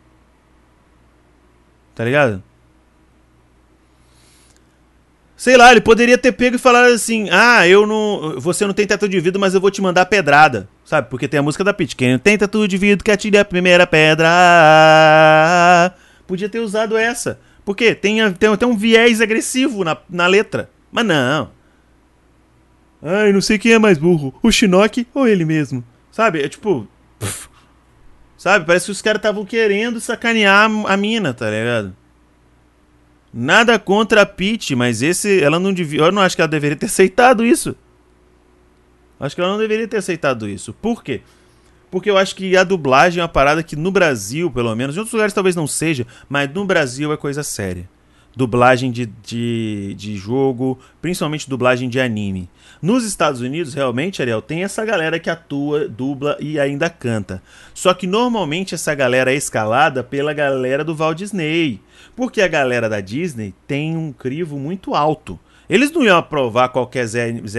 Tá ligado? Sei lá, ele poderia ter pego e falado assim, você não tem teto de vidro, mas eu vou te mandar pedrada. Sabe, porque tem a música da Peach, quem não tem teto de vidro, que atire a primeira pedra. Podia ter usado essa. Porque tem um viés agressivo na letra. Mas não. Ai, não sei quem é mais burro, o Shinnok ou ele mesmo. Sabe, é tipo... sabe, parece que os caras estavam querendo sacanear a mina, tá ligado? Nada contra a Peach, mas ela não devia... Eu não acho que ela deveria ter aceitado isso. Acho que ela não deveria ter aceitado isso. Por quê? Porque eu acho que a dublagem é uma parada que no Brasil, pelo menos, em outros lugares talvez não seja, mas no Brasil é coisa séria. Dublagem de jogo, principalmente dublagem de anime. Nos Estados Unidos, realmente, Ariel, tem essa galera que atua, dubla e ainda canta. Só que normalmente essa galera é escalada pela galera do Walt Disney. Porque a galera da Disney tem um crivo muito alto. Eles não iam aprovar qualquer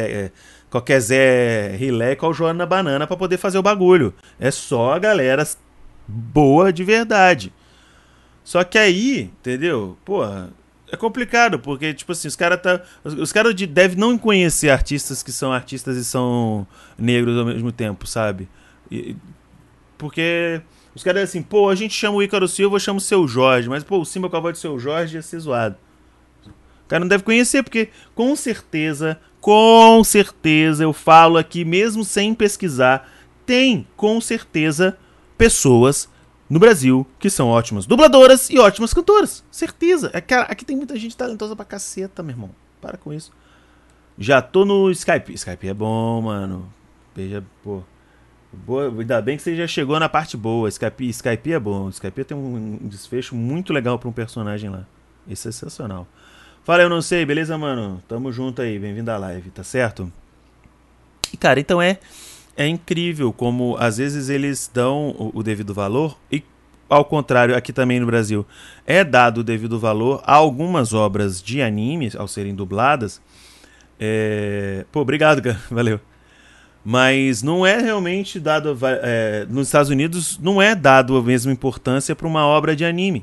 Zé Rilé com o Joana Banana pra poder fazer o bagulho. É só a galera boa de verdade. Só que aí, entendeu? Porra, é complicado, porque, tipo assim, os caras devem não conhecer artistas que são artistas e são negros ao mesmo tempo, sabe? Porque os caras assim, a gente chama o Ícaro Silva, eu chamo o Seu Jorge, mas, o Simba com a voz de Seu Jorge ia ser zoado. O cara não deve conhecer, porque com certeza, eu falo aqui, mesmo sem pesquisar, tem, com certeza, pessoas no Brasil que são ótimas dubladoras e ótimas cantoras. Certeza. Cara, aqui tem muita gente talentosa pra caceta, meu irmão. Para com isso. Já tô no Skype. Skype é bom, mano. Veja, boa, ainda bem que você já chegou na parte boa. Skype é bom. Skype tem um desfecho muito legal pra um personagem lá. Isso é sensacional. Fala, eu não sei, beleza, mano? Tamo junto aí, bem-vindo à live, tá certo? E, cara, então é incrível como, às vezes, eles dão o devido valor e, ao contrário, aqui também no Brasil, é dado o devido valor a algumas obras de anime, ao serem dubladas. Obrigado, cara, valeu. Mas não é realmente dado... nos Estados Unidos, não é dado a mesma importância para uma obra de anime.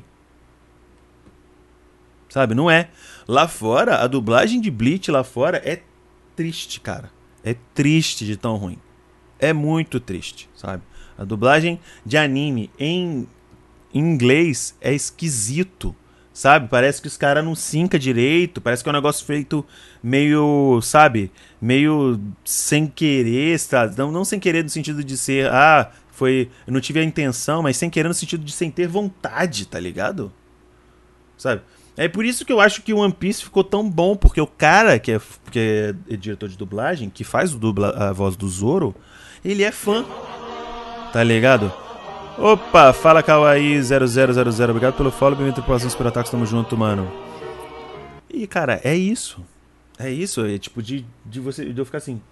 Sabe, não é. Lá fora, a dublagem de Bleach lá fora é triste, cara. É triste de tão ruim. É muito triste, sabe? A dublagem de anime em inglês é esquisito, sabe? Parece que os caras não sincam direito, parece que é um negócio feito meio, sabe? Meio sem querer, sabe? Não sem querer no sentido de ser, eu não tive a intenção, mas sem querer no sentido de sem ter vontade, tá ligado? Sabe? É por isso que eu acho que o One Piece ficou tão bom, porque o cara que é diretor de dublagem, que faz a voz do Zoro, ele é fã, tá ligado? Opa, fala Kawaii 0000, obrigado pelo follow, bem-vindo tripulação Super Ataques, tamo junto, mano. E cara, é isso. É isso, é tipo de eu ficar assim.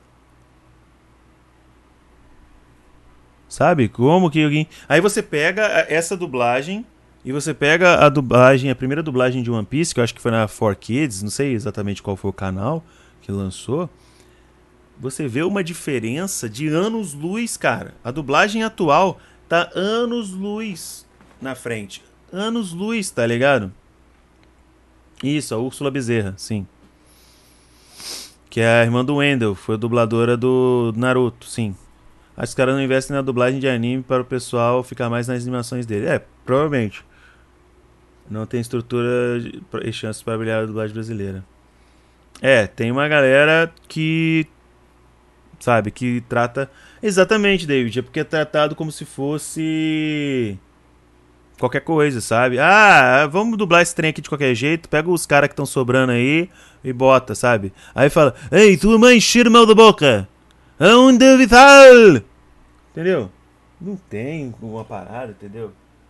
Sabe? Como que alguém. Aí você pega essa dublagem e você pega a dublagem, a primeira dublagem de One Piece, que eu acho que foi na 4Kids, não sei exatamente qual foi o canal que lançou. Você vê uma diferença de anos-luz, cara. A dublagem atual tá anos-luz na frente. Anos-luz, tá ligado? Isso, a Úrsula Bezerra, sim. Que é a irmã do Wendell, foi a dubladora do Naruto, sim. Acho que os caras não investem na dublagem de anime para o pessoal ficar mais nas animações dele. É, provavelmente. Não tem estrutura e chances para brilhar a dublagem brasileira. É, tem uma galera que... Sabe, que trata... Exatamente, David. É porque é tratado como se fosse... qualquer coisa, sabe? Ah, vamos dublar esse trem aqui de qualquer jeito. Pega os caras que estão sobrando aí e bota, sabe? Aí fala... Ei, tu mãe, cheira o mel da boca! Onde vital? Entendeu? Não tem uma parada, entendeu?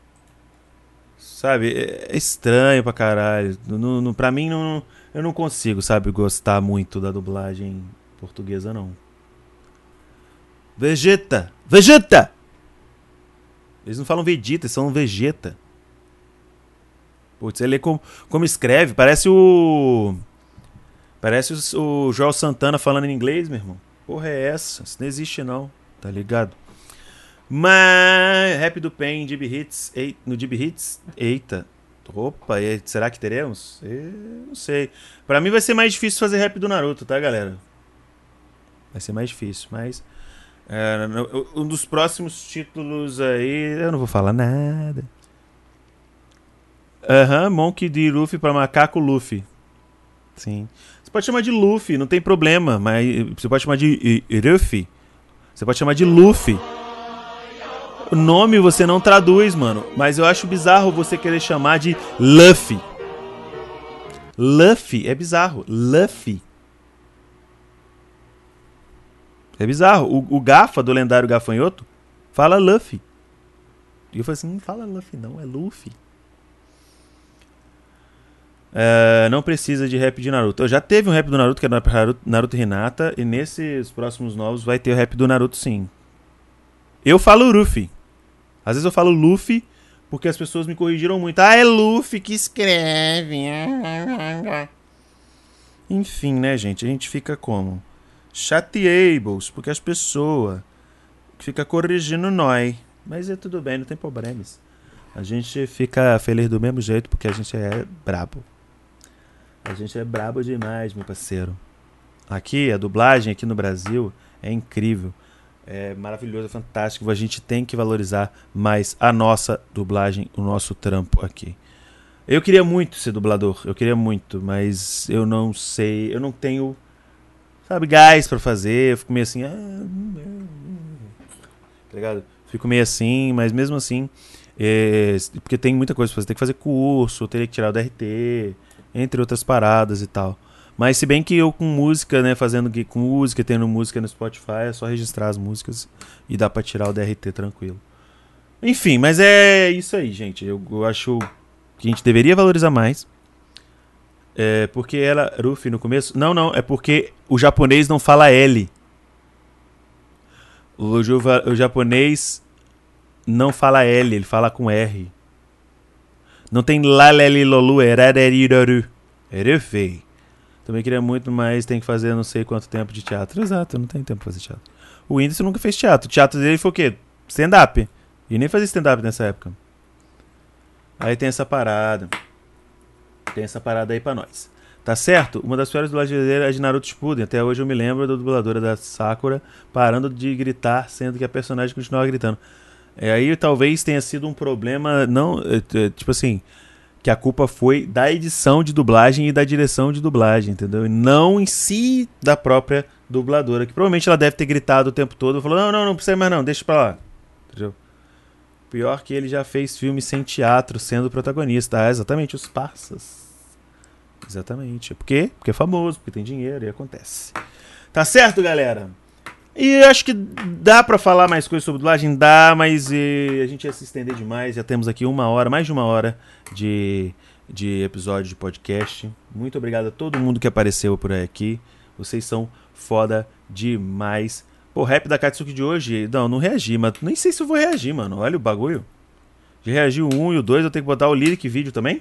Sabe? É estranho pra caralho. Pra mim, eu não consigo, sabe, gostar muito da dublagem portuguesa, não. Vegeta! Vegeta! Eles não falam Vegeta, eles falam Vegeta. Putz, você lê como escreve. Parece o Joel Santana falando em inglês, meu irmão. Porra é essa? Isso não existe não, tá ligado? Mas Rap do Pen, DB Hits, no DB Hits, eita. Opa, será que teremos? Não sei. Pra mim vai ser mais difícil fazer rap do Naruto, tá, galera? Vai ser mais difícil, mas... um dos próximos títulos aí... Eu não vou falar nada. Monkey D. Luffy pra Macaco Luffy. Sim. Você pode chamar de Luffy, não tem problema. Mas você pode chamar de Ruffy. Você pode chamar de Luffy. O nome você não traduz, mano. Mas eu acho bizarro você querer chamar de Luffy. Luffy é bizarro. Luffy. É bizarro. O Gafa, do lendário Gafanhoto, fala Luffy. E eu falei assim, não fala Luffy não, é Luffy. Não precisa de rap de Naruto. Já teve um rap do Naruto, que era Naruto Hinata. E nesses próximos novos vai ter o rap do Naruto, sim. Eu falo Luffy. Às vezes eu falo Luffy porque as pessoas me corrigiram muito. Ah, é Luffy que escreve. Enfim, né, gente? A gente fica como? Chateables, porque as pessoas ficam corrigindo nós. Mas é tudo bem, não tem problemas. A gente fica feliz do mesmo jeito porque a gente é brabo. A gente é brabo demais, meu parceiro. Aqui, a dublagem aqui no Brasil é incrível. É maravilhoso, é fantástico. A gente tem que valorizar mais a nossa dublagem, o nosso trampo aqui. Eu queria muito ser dublador, eu queria muito, mas eu não sei, eu não tenho, sabe, gás pra fazer. Eu fico meio assim, tá ligado? Fico meio assim, mas mesmo assim, porque tem muita coisa pra fazer. Tem que fazer curso, teria que tirar o DRT, entre outras paradas e tal. Mas se bem que eu com música, né, fazendo com música, tendo música no Spotify, é só registrar as músicas e dá pra tirar o DRT tranquilo. Enfim, mas é isso aí, gente. Eu acho que a gente deveria valorizar mais. Porque ela, Ruffy no começo... Não, é porque o japonês não fala L. O japonês não fala L, ele fala com R. Não tem lalelilolu, erareriroru. Ruffy. Também queria muito, mas tem que fazer não sei quanto tempo de teatro. Exato, eu não tenho tempo pra fazer teatro. O Whindersson nunca fez teatro. O teatro dele foi o quê? Stand-up. E nem fazia stand-up nessa época. Aí tem essa parada. Tem essa parada aí pra nós. Tá certo? Uma das piores dublagens é de Naruto Shippuden. Até hoje eu me lembro da dubladora da Sakura parando de gritar, sendo que a personagem continuava gritando. Aí talvez tenha sido um problema, não, tipo assim... que a culpa foi da edição de dublagem e da direção de dublagem, entendeu? E não em si da própria dubladora, que provavelmente ela deve ter gritado o tempo todo e falou, não precisa mais não, deixa pra lá. Entendeu? Pior que ele já fez filme sem teatro sendo protagonista. Exatamente, os Parsas. Exatamente. Por quê? Porque é famoso, porque tem dinheiro e acontece. Tá certo, galera? E acho que dá pra falar mais coisas sobre dublagem? Dá, mas a gente ia se estender demais. Já temos aqui mais de uma hora de episódio de podcast. Muito obrigado a todo mundo que apareceu por aqui. Vocês são foda demais. Pô, o rap da Katsuki de hoje, não reagi, mas nem sei se eu vou reagir, mano. Olha o bagulho. Já reagi o 1 e o 2, eu tenho que botar o lyric vídeo também?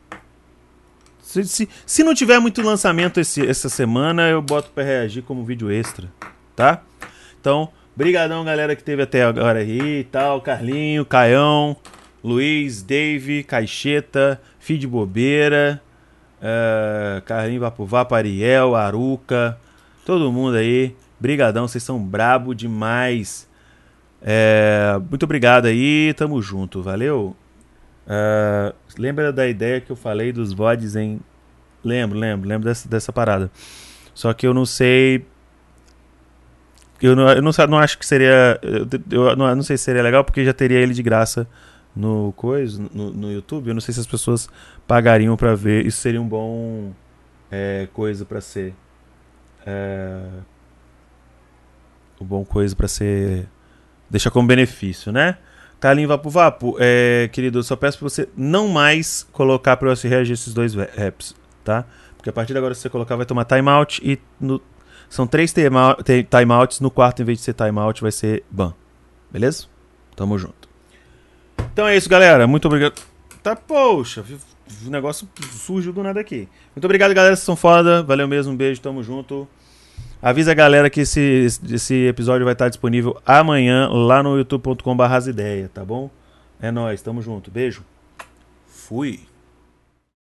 Se não tiver muito lançamento essa semana, eu boto pra reagir como vídeo extra, tá? Então, brigadão, galera, que teve até agora aí e tal. Carlinho, Caião, Luiz, Dave, Caixeta, Fih de Bobeira, Carlinho Vapo, Ariel, Aruca, todo mundo aí. Brigadão, vocês são brabo demais. Muito obrigado aí, tamo junto, valeu? Lembra da ideia que eu falei dos VODs em... Lembro dessa parada. Só que eu não sei... Eu não acho que seria... Eu não sei se seria legal, porque já teria ele de graça no YouTube. Eu não sei se as pessoas pagariam pra ver. Isso seria um bom coisa pra ser... Um bom coisa pra ser... Deixa como benefício, né? Carlinho Vapo, querido, eu só peço pra você não mais colocar pra eu reagir esses 2 raps, tá? Porque a partir de agora, se você colocar, vai tomar timeout e são 3 timeouts, no quarto, em vez de ser timeout, vai ser ban. Beleza? Tamo junto. Então é isso, galera. Muito obrigado. Tá, poxa, o negócio surgiu do nada aqui. Muito obrigado, galera, vocês são foda. Valeu mesmo, um beijo, tamo junto. Avisa a galera que esse episódio vai estar disponível amanhã lá no youtube.com/asideia, tá bom? É nóis, tamo junto. Beijo. Fui.